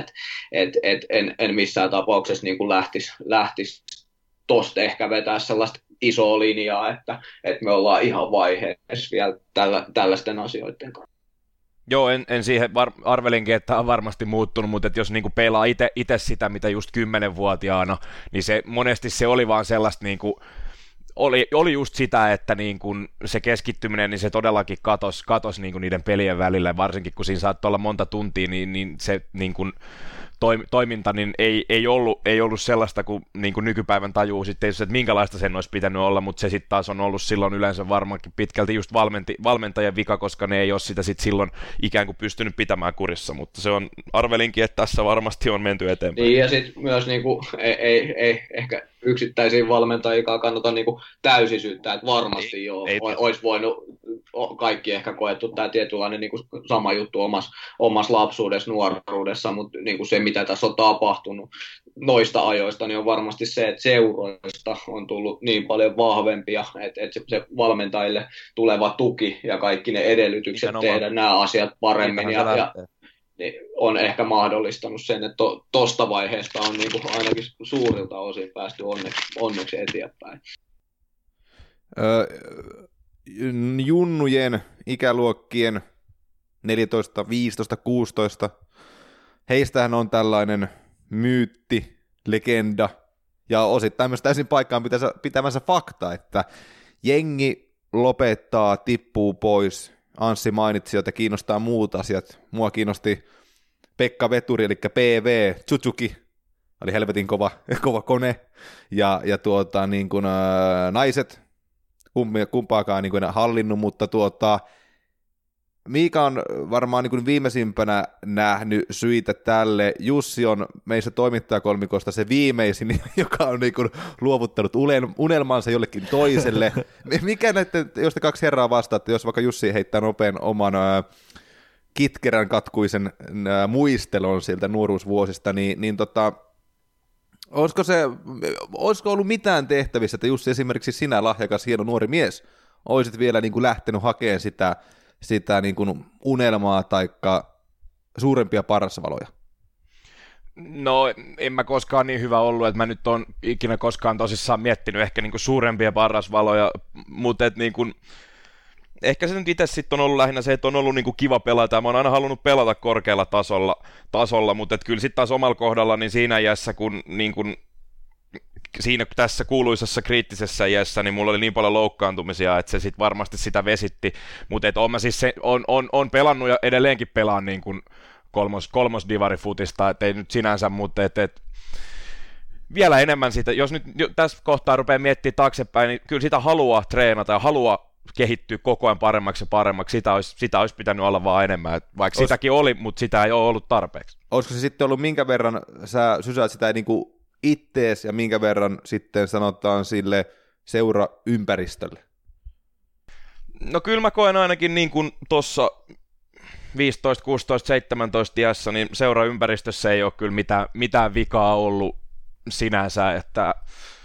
en missään tapauksessa niin kuin lähtisi tosta ehkä vetää sellaista isoa linjaa, että me ollaan ihan vaiheessa vielä tällaisten asioiden kanssa. Joo, en siihen arvelinkin, että on varmasti muuttunut, mutta jos niinku pelaa itse sitä, mitä just 10-vuotiaana, niin monesti se oli vaan sellaista niinku, oli just sitä, että niinku se keskittyminen, niin se todellakin katosi niinku niiden pelien välillä, varsinkin kun siinä saattoi olla monta tuntia, niin se niinku toiminta niin ei ollut sellaista kuin, niin kuin nykypäivän tajuu sitten, että minkälaista sen olisi pitänyt olla, mutta se sitten taas on ollut silloin yleensä varmaankin pitkälti just valmentajan vika, koska ne ei ole sitä sitten silloin ikään kuin pystynyt pitämään kurissa, mutta se on, arvelinkin, että tässä varmasti on menty eteenpäin. Niin, ja sitten myös niin kuin, ei ehkä yksittäisiin valmentajikaan kannata niin kuin täysin syyttää, että varmasti olisi voinut kaikki ehkä koettu tämä tietynlainen niin kuin sama juttu omassa lapsuudessa, nuoruudessa, mutta niin kuin se, mitä tässä on tapahtunut noista ajoista, niin on varmasti se, että seuroista on tullut niin paljon vahvempia, että se valmentajille tuleva tuki ja kaikki ne edellytykset tehdä nämä asiat paremmin ja niin on ehkä mahdollistanut sen, että tuosta vaiheesta on niin kuin ainakin suurilta osin päästy onneksi eteenpäin. Junnujen ikäluokkien 14, 15, 16, heistähän on tällainen myytti, legenda ja osittain myös täysin paikkaan pitämänsä fakta, että jengi lopettaa, tippuu pois. Anssi mainitsi, että kiinnostaa muut asiat. Mua kiinnosti Pekka Veturi, eli PV, Suzuki, oli helvetin kova kone, ja niin kuin, naiset kumpaakaan niin kuin hallinnut, mutta Miika on varmaan niin kuin viimeisimpänä nähnyt syitä tälle. Jussi on meistä toimittajakolmikosta se viimeisin, joka on niin kuin luovuttanut unelmansa jollekin toiselle. Mikä näette, jos te kaksi herraa vastaatte, jos vaikka Jussi heittää nopean oman kitkerän katkuisen muistelon sieltä nuoruusvuosista, niin olisiko ollut mitään tehtävissä, että Jussi esimerkiksi sinä, lahjakas, hieno nuori mies, olisit vielä niin kuin lähtenyt hakemaan sitä niin kuin unelmaa tai suurempia parasvaloja? No, en mä koskaan niin hyvä ollut, että mä nyt on ikinä koskaan tosissaan miettinyt ehkä niin kuin suurempia parasvaloja, mutta niin kuin, ehkä se nyt itse sitten on ollut lähinnä se, että on ollut niin kuin kiva pelata, mä oon aina halunnut pelata korkealla tasolla, mutta kyllä sitten taas omalla kohdalla, niin siinä iässä, kun niin kuin siinä tässä kuuluisessa kriittisessä iässä, niin mulla oli niin paljon loukkaantumisia, että se sitten varmasti sitä vesitti, mutta on pelannut ja edelleenkin pelaan niin kuin kolmosdivarifutista, että ei nyt sinänsä, mutta vielä enemmän sitä, jos nyt tässä kohtaa rupeaa miettimään taaksepäin, niin kyllä sitä haluaa treenata ja haluaa kehittyä koko ajan paremmaksi ja paremmaksi, sitä olisi pitänyt olla vaan enemmän, vaikka sitäkin oli, mutta sitä ei ole ollut tarpeeksi. Olisiko se sitten ollut, minkä verran sä sysäät sitä niin kuin ittees ja minkä verran sitten sanotaan sille seuraympäristölle? No kyllä mä koen ainakin niin kuin tuossa 15, 16, 17 iässä, niin seuraympäristössä ei ole kyllä mitään vikaa ollut sinänsä, että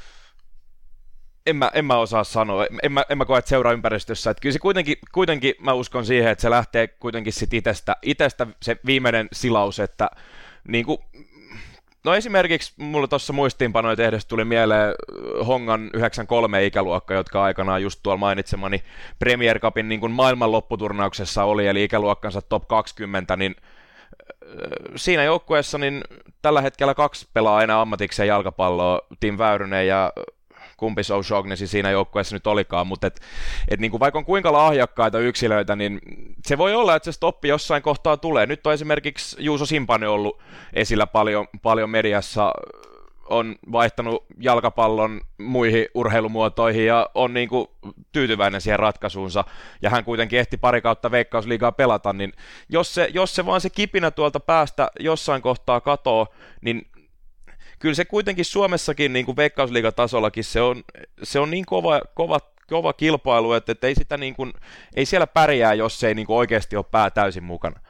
en mä osaa sanoa, en mä koe, että seuraympäristössä, että kyllä se kuitenkin mä uskon siihen, että se lähtee kuitenkin sit itestä se viimeinen silaus, että niin kuin, no esimerkiksi mulla tuossa muistiinpanoja tehdessä tuli mieleen Hongan 93 ikäluokka, jotka aikanaan just tuolla mainitsemani Premier Cupin niin kuin maailman lopputurnauksessa oli, eli ikäluokkansa top 20, niin siinä joukkueessa niin tällä hetkellä 2 pelaa enää ammatikseen jalkapalloa, Tim Väyrynen ja kumpi O'Shaughnessy siinä joukkueessa nyt olikaan, mutta et niin kuin vaikka on kuinka lahjakkaita yksilöitä, niin se voi olla, että se stoppi jossain kohtaa tulee. Nyt on esimerkiksi Juuso Simpani ollut esillä paljon mediassa, on vaihtanut jalkapallon muihin urheilumuotoihin ja on niin kuin tyytyväinen siihen ratkaisuunsa, ja hän kuitenkin ehti pari kautta Veikkausliigaa pelata, niin jos se vaan se kipinä tuolta päästä jossain kohtaa katoo, niin kyllä se kuitenkin Suomessakin niin kuin Veikkausliigatasollakin se on niin kova kilpailu, että ei sitä niin kuin, ei siellä pärjää, jos ei niin kuin oikeasti ole pää täysin mukana.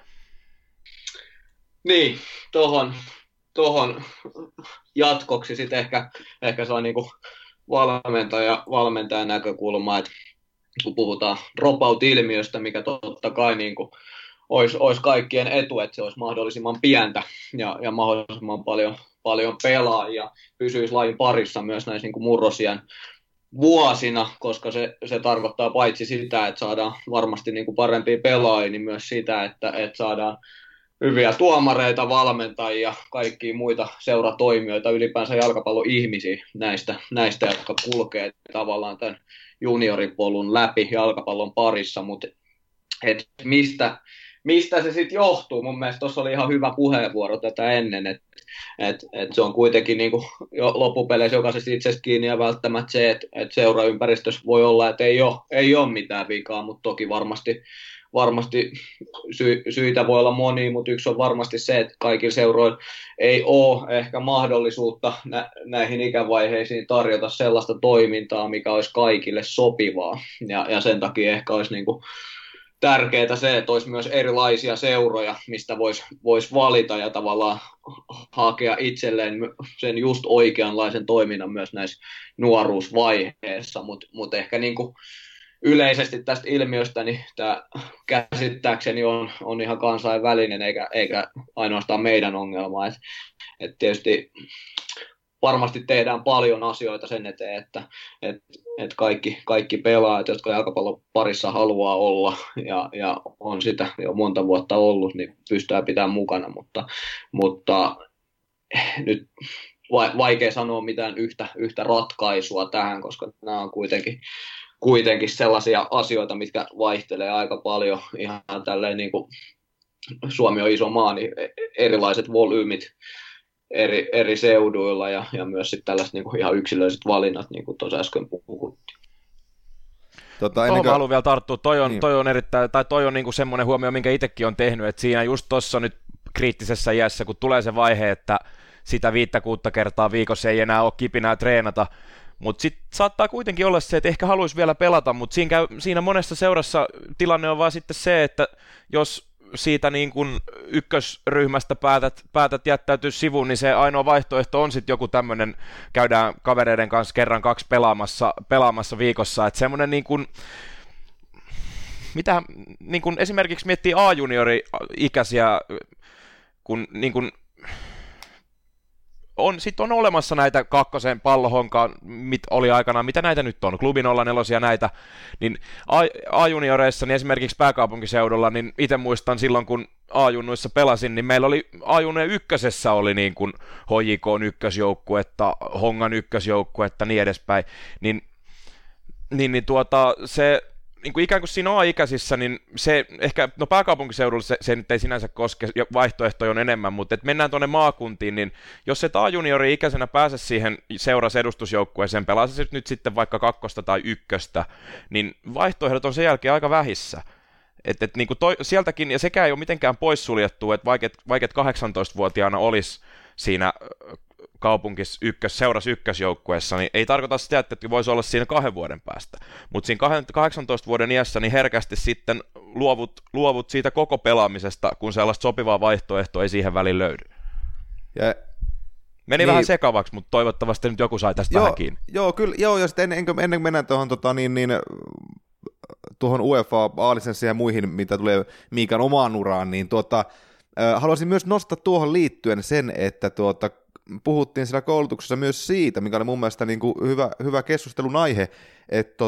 Niin, tuohon jatkoksi sitten ehkä se on niin kuin valmentajan näkökulma, että kun puhutaan dropout-ilmiöstä, mikä totta kai niin kuin olisi kaikkien etu, että se olisi mahdollisimman pientä ja mahdollisimman paljon pelaajia pysyisi lajin parissa myös näissä niin kuin murrosiän vuosina, koska se tarkoittaa paitsi sitä, että saadaan varmasti niin kuin parempia pelaajia, niin myös sitä, että saadaan hyviä tuomareita, valmentajia, kaikkia muita seuratoimijoita, ylipäänsä jalkapalloihmisiä näistä, jotka kulkee tavallaan tämän junioripolun läpi jalkapallon parissa, mutta mistä mistä se sitten johtuu. Mun mielestä tuossa oli ihan hyvä puheenvuoro tätä ennen, että se on kuitenkin niin kuin jo loppupeleissä jokaisesta itsestä kiinni ja välttämättä se, että seuraympäristössä voi olla, että ei ole mitään vikaa, mutta toki varmasti syitä voi olla monia, mutta yksi on varmasti se, että kaikilla seuroilla ei ole ehkä mahdollisuutta näihin ikävaiheisiin tarjota sellaista toimintaa, mikä olisi kaikille sopivaa. Ja sen takia ehkä olisi niin kuin tärkeää se, että olisi myös erilaisia seuroja, mistä voisi valita ja tavallaan hakea itselleen sen just oikeanlaisen toiminnan myös näissä nuoruusvaiheissa, mutta ehkä niin kuin yleisesti tästä ilmiöstä niin tämä käsittääkseni on ihan kansainvälinen eikä ainoastaan meidän ongelma. Et tietysti varmasti tehdään paljon asioita sen eteen, että kaikki pelaajat, jotka jalkapallon parissa haluaa olla ja on sitä jo monta vuotta ollut, niin pystytään pitämään mukana, mutta nyt vaikea sanoa mitään yhtä ratkaisua tähän, koska nämä on kuitenkin sellaisia asioita, mitkä vaihtelee aika paljon ihan tälleen niin kuin Suomi on iso maa, niin erilaiset volyymit eri seuduilla ja myös sitten tällaiset niin kuin ihan yksilölliset valinnat, niin kuin tuossa äsken puhuttiin. Tuohon mä haluan vielä tarttua. Toi on erittäin, tai toi on niinku semmoinen huomio, minkä itsekin on tehnyt, että siinä just tuossa nyt kriittisessä iässä, kun tulee se vaihe, että sitä 5-6 kertaa viikossa ei enää ole kipinää treenata, mutta sitten saattaa kuitenkin olla se, että ehkä haluaisi vielä pelata, mutta siinä monessa seurassa tilanne on vaan sitten se, että jos siitä niin kuin ykkösryhmästä päätät jättäytyä sivuun, niin se ainoa vaihtoehto on sitten joku tämmöinen, käydään kavereiden kanssa kerran 2 pelaamassa viikossa, että semmoinen niin kuin, mitä niin kuin esimerkiksi miettii A-juniori-ikäisiä, kun niin kuin on olemassa näitä kakkosen pallohonkaan, oli aikanaan, mitä näitä nyt on, klubin 04 näitä, niin A-junioreissa, niin esimerkiksi pääkaupunkiseudulla, niin itse muistan silloin, kun A-junnuissa pelasin, niin meillä oli A-junnujen ykkösessä oli niin kuin HJK:n ykkösjoukkuetta, Hongan ykkösjoukkuetta, niin edespäin, niin se niin kuin ikään kuin siinä A-ikäisissä, niin se ehkä, no pääkaupunkiseudulla se nyt ei sinänsä koske, vaihtoehtoja on enemmän, mutta että mennään tuonne maakuntiin, niin jos et A-juniori-ikäisenä pääse siihen seurasedustusjoukkueeseen, pelasit nyt sitten vaikka 2 tai 1, niin vaihtoehdot on sen jälkeen aika vähissä. Et niin kuin sieltäkin, ja sekään ei ole mitenkään poissuljettu, että vaikka 18-vuotiaana olisi siinä seurasi ykkösjoukkueessa, niin ei tarkoita sitä, että voisi olla siinä 2 vuoden päästä. Mutta siinä 18 vuoden iässä niin herkästi sitten luovut siitä koko pelaamisesta, kun sellaista sopivaa vaihtoehtoa ei siihen väliin löydy. Meni vähän sekavaksi, mutta toivottavasti nyt joku sai tästä vähän kiinni. Joo, kyllä, ja sitten ennen kuin mennään tuohon tuohon UEFA A-lisenssiin ja muihin, mitä tulee Miikan omaan uraan, niin haluaisin myös nostaa tuohon liittyen sen, että puhuttiin siellä koulutuksessa myös siitä, mikä oli mun mielestä niin kuin hyvä keskustelun aihe, että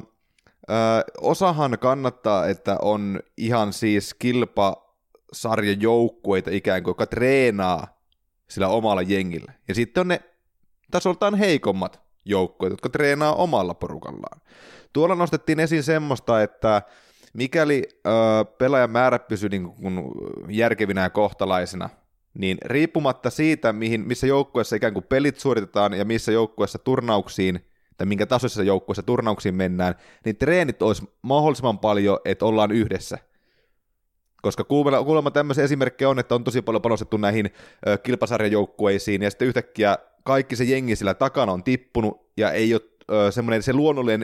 osahan kannattaa, että on ihan siis kilpasarjajoukkueita ikään kuin, jotka treenaa sillä omalla jengillä. Ja sitten on ne tasoltaan heikommat joukkueet, jotka treenaa omalla porukallaan. Tuolla nostettiin esiin semmoista, että mikäli pelaajan määrä pysyy niin kuin järkevinä ja kohtalaisena, niin riippumatta siitä, missä joukkueessa ikään kuin pelit suoritetaan ja missä joukkueessa turnauksiin, tai minkä tasoisessa joukkueessa turnauksiin mennään, niin treenit olisi mahdollisimman paljon, että ollaan yhdessä. Koska kuulemma tämmöisiä esimerkkejä on, että on tosi paljon panostettu näihin kilpasarjajoukkueisiin, ja sitten yhtäkkiä kaikki se jengi sillä takana on tippunut, ja ei ole semmoinen se luonnollinen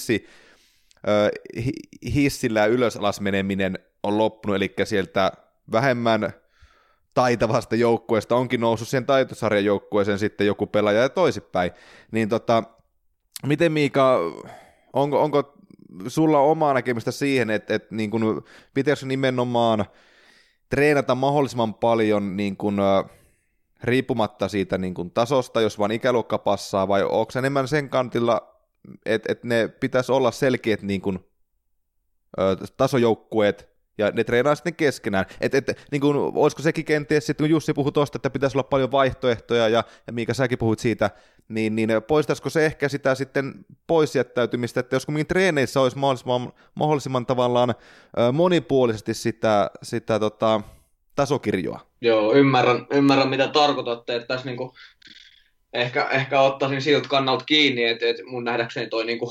hissillä ylös-alas meneminen on loppunut, eli sieltä vähemmän taitavasta joukkueesta onkin noussut siihen taitosarjan joukkueeseen sitten joku pelaaja ja toisinpäin. Niin miten Miika, onko sulla omaa näkemystä siihen, että niin kun, pitäisikö nimenomaan treenata mahdollisimman paljon niin kun, riippumatta siitä niin kun, tasosta, jos vaan ikäluokka passaa, vai onko se enemmän sen kantilla, että ne pitäisi olla selkeät niin kun, tasojoukkueet, ja ne treenaa sitten keskenään. Niin olisiko sekin kenties, sitten kun Jussi puhui tuosta, että pitäisi olla paljon vaihtoehtoja, ja Miika säkin puhuit siitä, niin poistaisiko se ehkä sitä sitten poisjättäytymistä, että jos kumminkin treeneissä olisi mahdollisimman tavallaan monipuolisesti sitä tasokirjoa. Joo, ymmärrän mitä tarkoitatte, että tässä niinku ehkä ottaisin siltä kannalta kiinni, että mun nähdäkseni toi niinku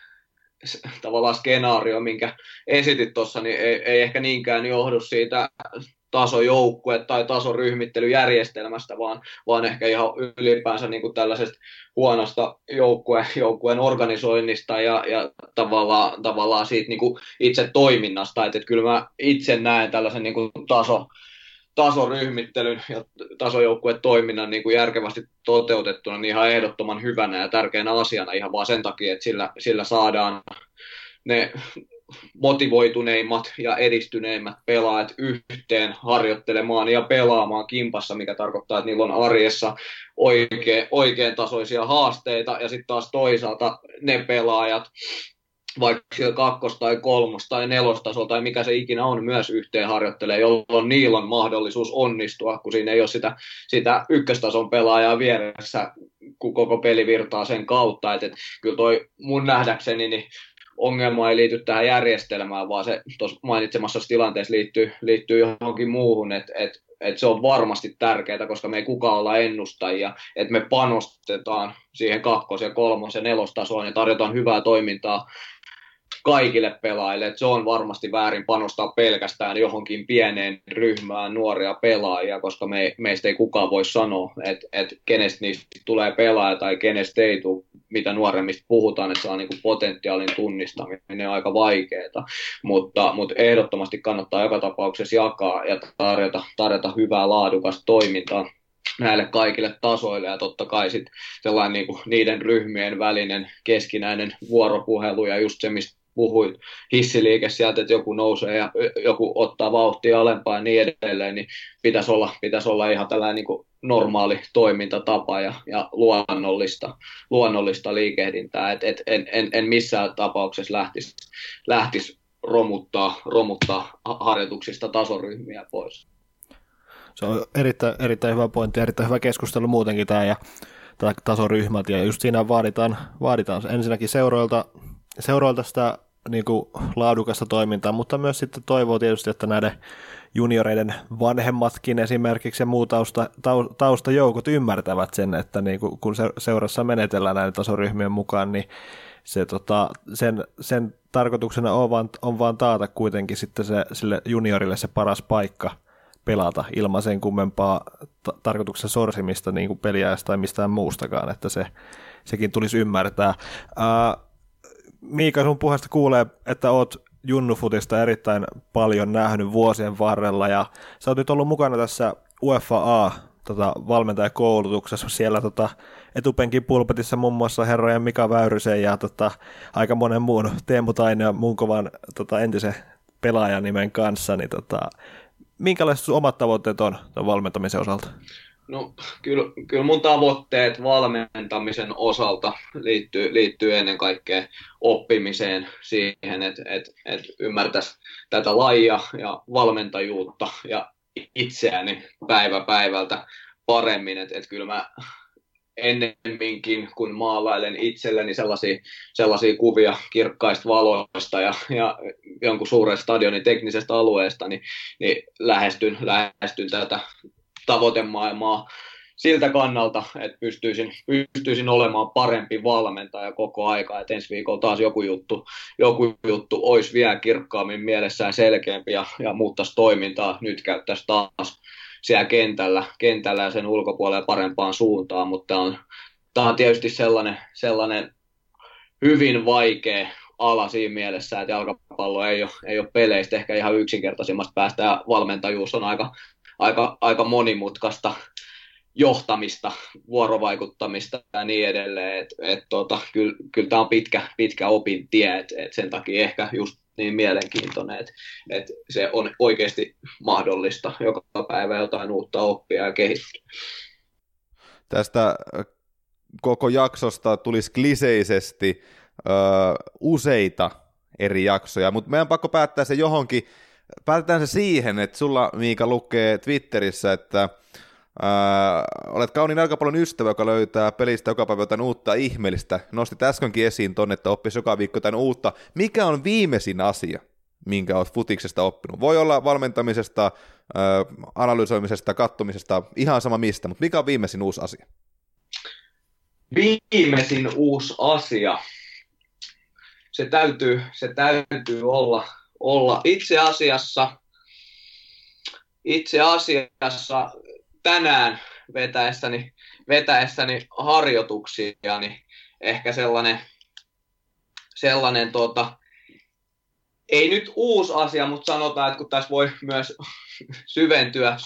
tavallaan skenaario, minkä esitit tuossa, niin ei ehkä niinkään johdu siitä tasojoukkue- tai tasoryhmittelyjärjestelmästä, vaan ehkä ihan ylipäänsä niin kuin tällaisesta huonosta joukkueen organisoinnista ja tavallaan siitä niin kuin itse toiminnasta. Että kyllä mä itse näen tällaisen niin kuin tasoryhmittelyn ja tasojoukkuetoiminnan niin kuin järkevästi toteutettuna niin ihan ehdottoman hyvänä ja tärkeänä asiana ihan vaan sen takia, että sillä saadaan ne motivoituneimmat ja edistyneimmät pelaajat yhteen harjoittelemaan ja pelaamaan kimpassa, mikä tarkoittaa, että niillä on arjessa oikein tasoisia haasteita, ja sitten taas toisaalta ne pelaajat, vaikka siellä 2. tai 3. tai 4. tasolla tai mikä se ikinä on, myös yhteen harjoittelee, jolloin niillä on mahdollisuus onnistua, kun siinä ei ole sitä ykköstason pelaajaa vieressä, kun koko peli virtaa sen kautta. Et kyllä toi mun nähdäkseni niin ongelma ei liity tähän järjestelmään, vaan se tuossa mainitsemassa tilanteessa liittyy johonkin muuhun, että se on varmasti tärkeää, koska me ei kukaan olla ennustajia, että me panostetaan siihen 2., 3. ja 4. tasoon ja tarjotaan hyvää toimintaa kaikille pelaajille, että se on varmasti väärin panostaa pelkästään johonkin pieneen ryhmään nuoria pelaajia, koska meistä ei kukaan voi sanoa, että kenestä niistä tulee pelaaja tai kenestä ei tule, mitä nuoremmista puhutaan, että se on niin kuin potentiaalin tunnistaminen on aika vaikeaa, mutta ehdottomasti kannattaa joka tapauksessa jakaa ja tarjota hyvää laadukasta toimintaa näille kaikille tasoille, ja totta kai sitten sellainen niin kuin niiden ryhmien välinen keskinäinen vuoropuhelu ja just se, mistä puhuit, hissiliike sieltä, että joku nousee ja joku ottaa vauhtia alempaa ja niin edelleen, niin pitäisi olla ihan tällainen niin kuin normaali toimintatapa ja luonnollista liikehdintää. En missään tapauksessa lähtisi romuttaa harjoituksista tasoryhmiä pois. Se on erittäin hyvä pointti, erittäin hyvä keskustelu muutenkin tämä tasoryhmät, ja just siinä vaaditaan ensinnäkin seuroilta sitä niin kuin laadukasta toimintaa, mutta myös sitten toivoo tietysti, että näiden junioreiden vanhemmatkin esimerkiksi ja muu taustajoukot ymmärtävät sen, että niin kuin, kun seurassa menetellään näiden tasoryhmien mukaan, niin sen tarkoituksena on vaan taata kuitenkin sitten sille juniorille se paras paikka pelata ilman sen kummempaa tarkoituksen sorsimista niin kuin peliäistä tai mistään muustakaan, että sekin tulisi ymmärtää. Miika, sun puheesta kuulee, että oot junnufutista erittäin paljon nähnyt vuosien varrella, ja sä oot nyt ollut mukana tässä UEFA valmentajakoulutuksessa siellä etupenkin pulpetissa muun muassa herrojen Mika Väyrysen ja aika monen muun Teemu Taine ja muun kovan entisen pelaajan nimen kanssa, niin minkälaiset sun omat tavoitteet on tämän valmentamisen osalta? No kyllä mun tavoitteet valmentamisen osalta liittyy ennen kaikkea oppimiseen siihen, että ymmärtäisi tätä lajia ja valmentajuutta ja itseäni päivä päivältä paremmin, että kyllä mä ennemminkin, kun maalailen itselleni sellaisia kuvia kirkkaista valoista ja jonkun suuren stadionin teknisestä alueesta, niin lähestyn tätä tavoitemaailmaa siltä kannalta, että pystyisin olemaan parempi valmentaja koko aika, että ensi viikolla taas joku juttu olisi vielä kirkkaammin mielessään selkeämpi ja muuttaisi toimintaa, nyt käyttäisi taas siellä kentällä ja sen ulkopuolella parempaan suuntaan, mutta tämä on tietysti sellainen hyvin vaikea ala siinä mielessä, että jalkapallo ei ole peleistä ehkä ihan yksinkertaisimmasta päästä, ja valmentajuus on aika monimutkaista johtamista, vuorovaikuttamista ja niin edelleen. Kyllä tämä on pitkä opintie, että sen takia ehkä just niin mielenkiintoinen, että se on oikeasti mahdollista joka päivä jotain uutta oppia ja kehittyä. Tästä koko jaksosta tulisi kliseisesti useita eri jaksoja, mutta meidän on pakko päättää se johonkin. Päätetään se siihen, että sulla, Miika, lukee Twitterissä, että Olet kauniin jalkapallon ystävä, joka löytää pelistä joka päivä jotain uutta ihmeellistä. Nostit äskenkin esiin tonne, että oppisi joka viikko jotain uutta. Mikä on viimeisin asia, minkä olet futiksesta oppinut? Voi olla valmentamisesta, analysoimisesta, kattomisesta, ihan sama mistä, mutta mikä on viimeisin uusi asia? Viimeisin uusi asia. Se täytyy olla. Itse asiassa tänään vetäessäni harjoituksia, niin ehkä sellainen ei nyt uusi asia, mutta sanotaan, että kun tässä voi myös syventyä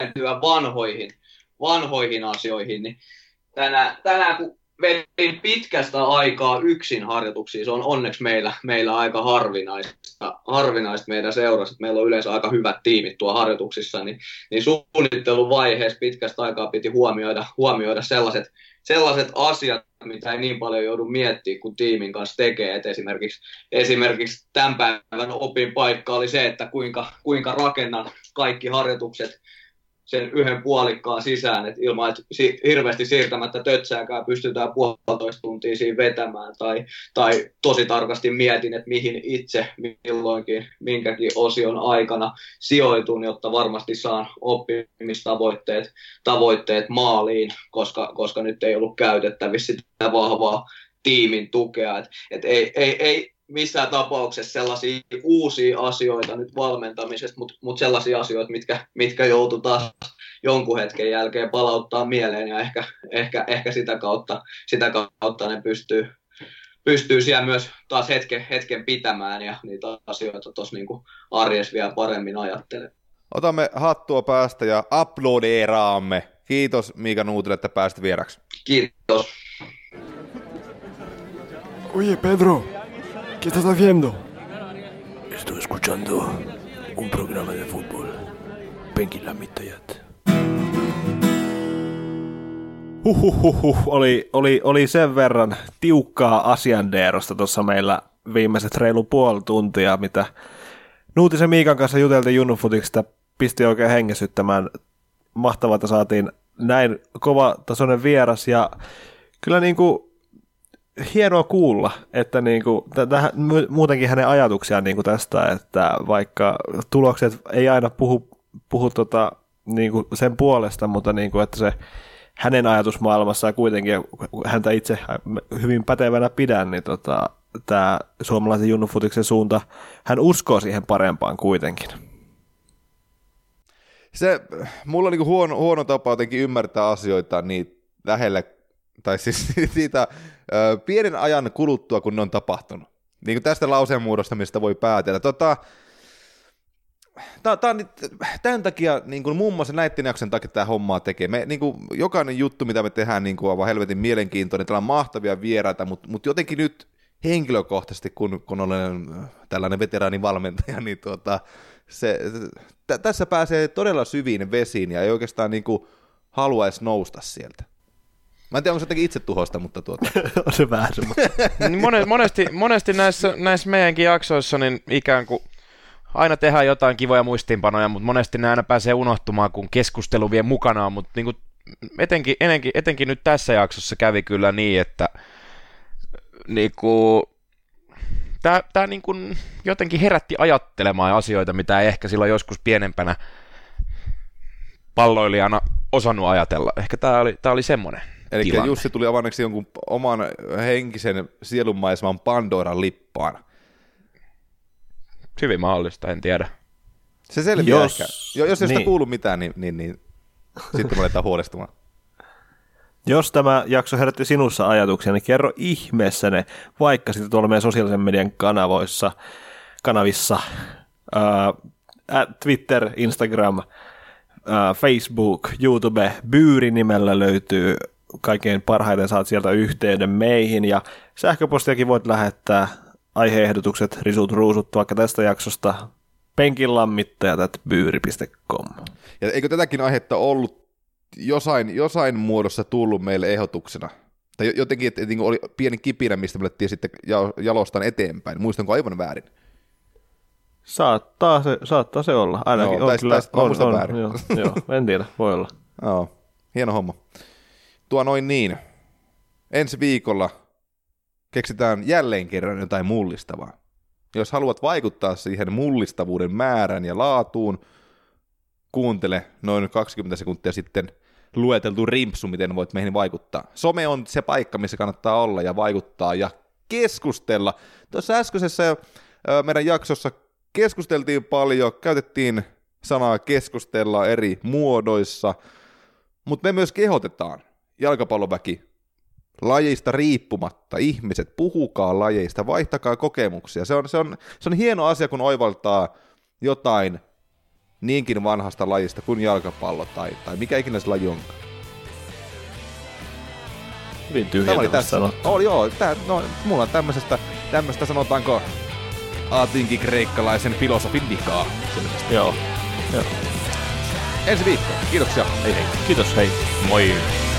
vanhoihin asioihin, niin tänään kun vedin pitkästä aikaa yksin harjoituksia, se on onneksi meillä aika harvinaista meidän seurassa, meillä on yleensä aika hyvät tiimit tuo harjoituksissa, niin suunnitteluvaiheessa pitkästä aikaa piti huomioida sellaiset asiat, mitä ei niin paljon joudu miettimään, kun tiimin kanssa tekee. Et esimerkiksi tämän päivän opin paikka oli se, että kuinka rakennan kaikki harjoitukset sen yhden puolikkaan sisään, että ilman, että hirveästi siirtämättä tötsääkään pystytään 1,5 tuntia siinä vetämään, tai tosi tarkasti mietin, että mihin itse milloinkin minkäkin osion aikana sijoitun, jotta varmasti saan oppimistavoitteet maaliin, koska nyt ei ollut käytettävissä sitä vahvaa tiimin tukea, et ei missään tapauksessa sellaisia uusia asioita nyt valmentamisesta, mutta sellaisia asioita, mitkä joutuu taas jonkun hetken jälkeen palauttaa mieleen, ja ehkä sitä kautta ne pystyy siellä myös taas hetken pitämään, ja niitä asioita tuossa niin arjessa vielä paremmin ajattelemaan. Otamme hattua päästä ja aplodeeraamme. Kiitos Miika Nuutila, että pääsit vieraksi. Kiitos. Oye, Pedro. ¿Qué estás haciendo? Estoy escuchando un programa de fútbol. Penkin lämmittäjät. Oli sen verran tiukkaa asiandeerosta tuossa meillä viimeiset reilu puoli tuntia, mitä Nuutisen Miikan kanssa juteltiin Junnufutiksesta, pisti oikein hengesyttämään. Mahtavaa, että saatiin näin kovatasoinen vieras, ja kyllä niinku hienoa kuulla, että niinku, muutenkin hänen ajatuksiaan niinku tästä, että vaikka tulokset ei aina puhu niinku sen puolesta, mutta niinku, että se hänen ajatusmaailmassaan kuitenkin, häntä itse hyvin pätevänä pidän, niin tämä suomalaisen junnufutiksen suunta, hän uskoo siihen parempaan kuitenkin. Mulla on niinku huono tapa jotenkin ymmärtää asioita niin lähelle, tai siis siitä pienen ajan kuluttua, kun ne on tapahtunut. Niin kuin tästä lauseen muodosta, mistä voi päätellä. Tämän takia, niin kuin muun muassa näiden jakson takia tämä hommaa tekee. Niin kuin jokainen juttu, mitä me tehdään, niin kuin on vaan helvetin mielenkiintoinen. Täällä on mahtavia vieraita, mutta jotenkin nyt henkilökohtaisesti, kun olen tällainen veteraanivalmentaja, niin tässä pääsee todella syviin vesiin ja ei oikeastaan niin kuin haluaisi nousta sieltä. Mä en tiedä, onko se jotenkin itse tuhosta, mutta on se vähän semmoista. monesti näissä meidänkin jaksoissa niin ikään kuin aina tehdään jotain kivoja muistiinpanoja, mutta monesti ne aina pääsee unohtumaan, kun keskustelu vie mukanaan, mutta niin kuin etenkin nyt tässä jaksossa kävi kyllä niin, että niin kuin, tämä niin kuin jotenkin herätti ajattelemaan asioita, mitä ei ehkä silloin joskus pienempänä palloilijana osannut ajatella. Ehkä tämä oli semmoinen eli tilanne. Jussi tuli avanneeksi jonkun oman henkisen sielunmaiseman Pandoran lippaan. Hyvin mahdollista, en tiedä. Se selviää ehkä. Jos ei niin. sitä kuulu mitään, niin sitten me aletaan huolestumaan. Jos tämä jakso herätti sinussa ajatuksia, niin kerro ihmeessä ne, vaikka sitten tuolla meidän sosiaalisen median kanavissa, Twitter, Instagram, Facebook, YouTube, Byyri-nimellä löytyy kaikkein parhaiten, saat sieltä yhteyden meihin, ja sähköpostiakin voit lähettää aihe-ehdotukset, risut, ruusut, vaikka tästä jaksosta penkinlammittajat@byyri.com. Ja eikö tätäkin aihetta ollut jossain muodossa tullut meille ehdotuksena? Tai jotenkin, että oli pieni kipinä, mistä me alettiin sitten jalostaan eteenpäin. Muistanko aivan väärin? Saattaa se olla. Ainakin on kyllä. On väärin. Joo, en tiedä, voi olla. Joo. Hieno homma. Tuo noin niin. Ensi viikolla keksitään jälleen kerran jotain mullistavaa. Jos haluat vaikuttaa siihen mullistavuuden määrään ja laatuun, kuuntele noin 20 sekuntia sitten lueteltu rimpsu, miten voit meihin vaikuttaa. Some on se paikka, missä kannattaa olla ja vaikuttaa ja keskustella. Tuossa äskeisessä meidän jaksossa keskusteltiin paljon, käytettiin sanaa keskustella eri muodoissa, mutta me myös kehotetaan jalkapalloväki lajeista riippumatta. Ihmiset, puhukaa lajeista, vaihtakaa kokemuksia. Se on hieno asia, kun oivaltaa jotain niinkin vanhasta lajista kuin jalkapallo tai mikä ikinä se laji onkaan. Hyvin tyhjentävästi sanottu. Joo, mulla on tämmöistä sanotaanko aatinkin kreikkalaisen filosofin vikaa. Joo. Ensi viikko. Kiitoksia. Hei. Kiitos, hei. Moi.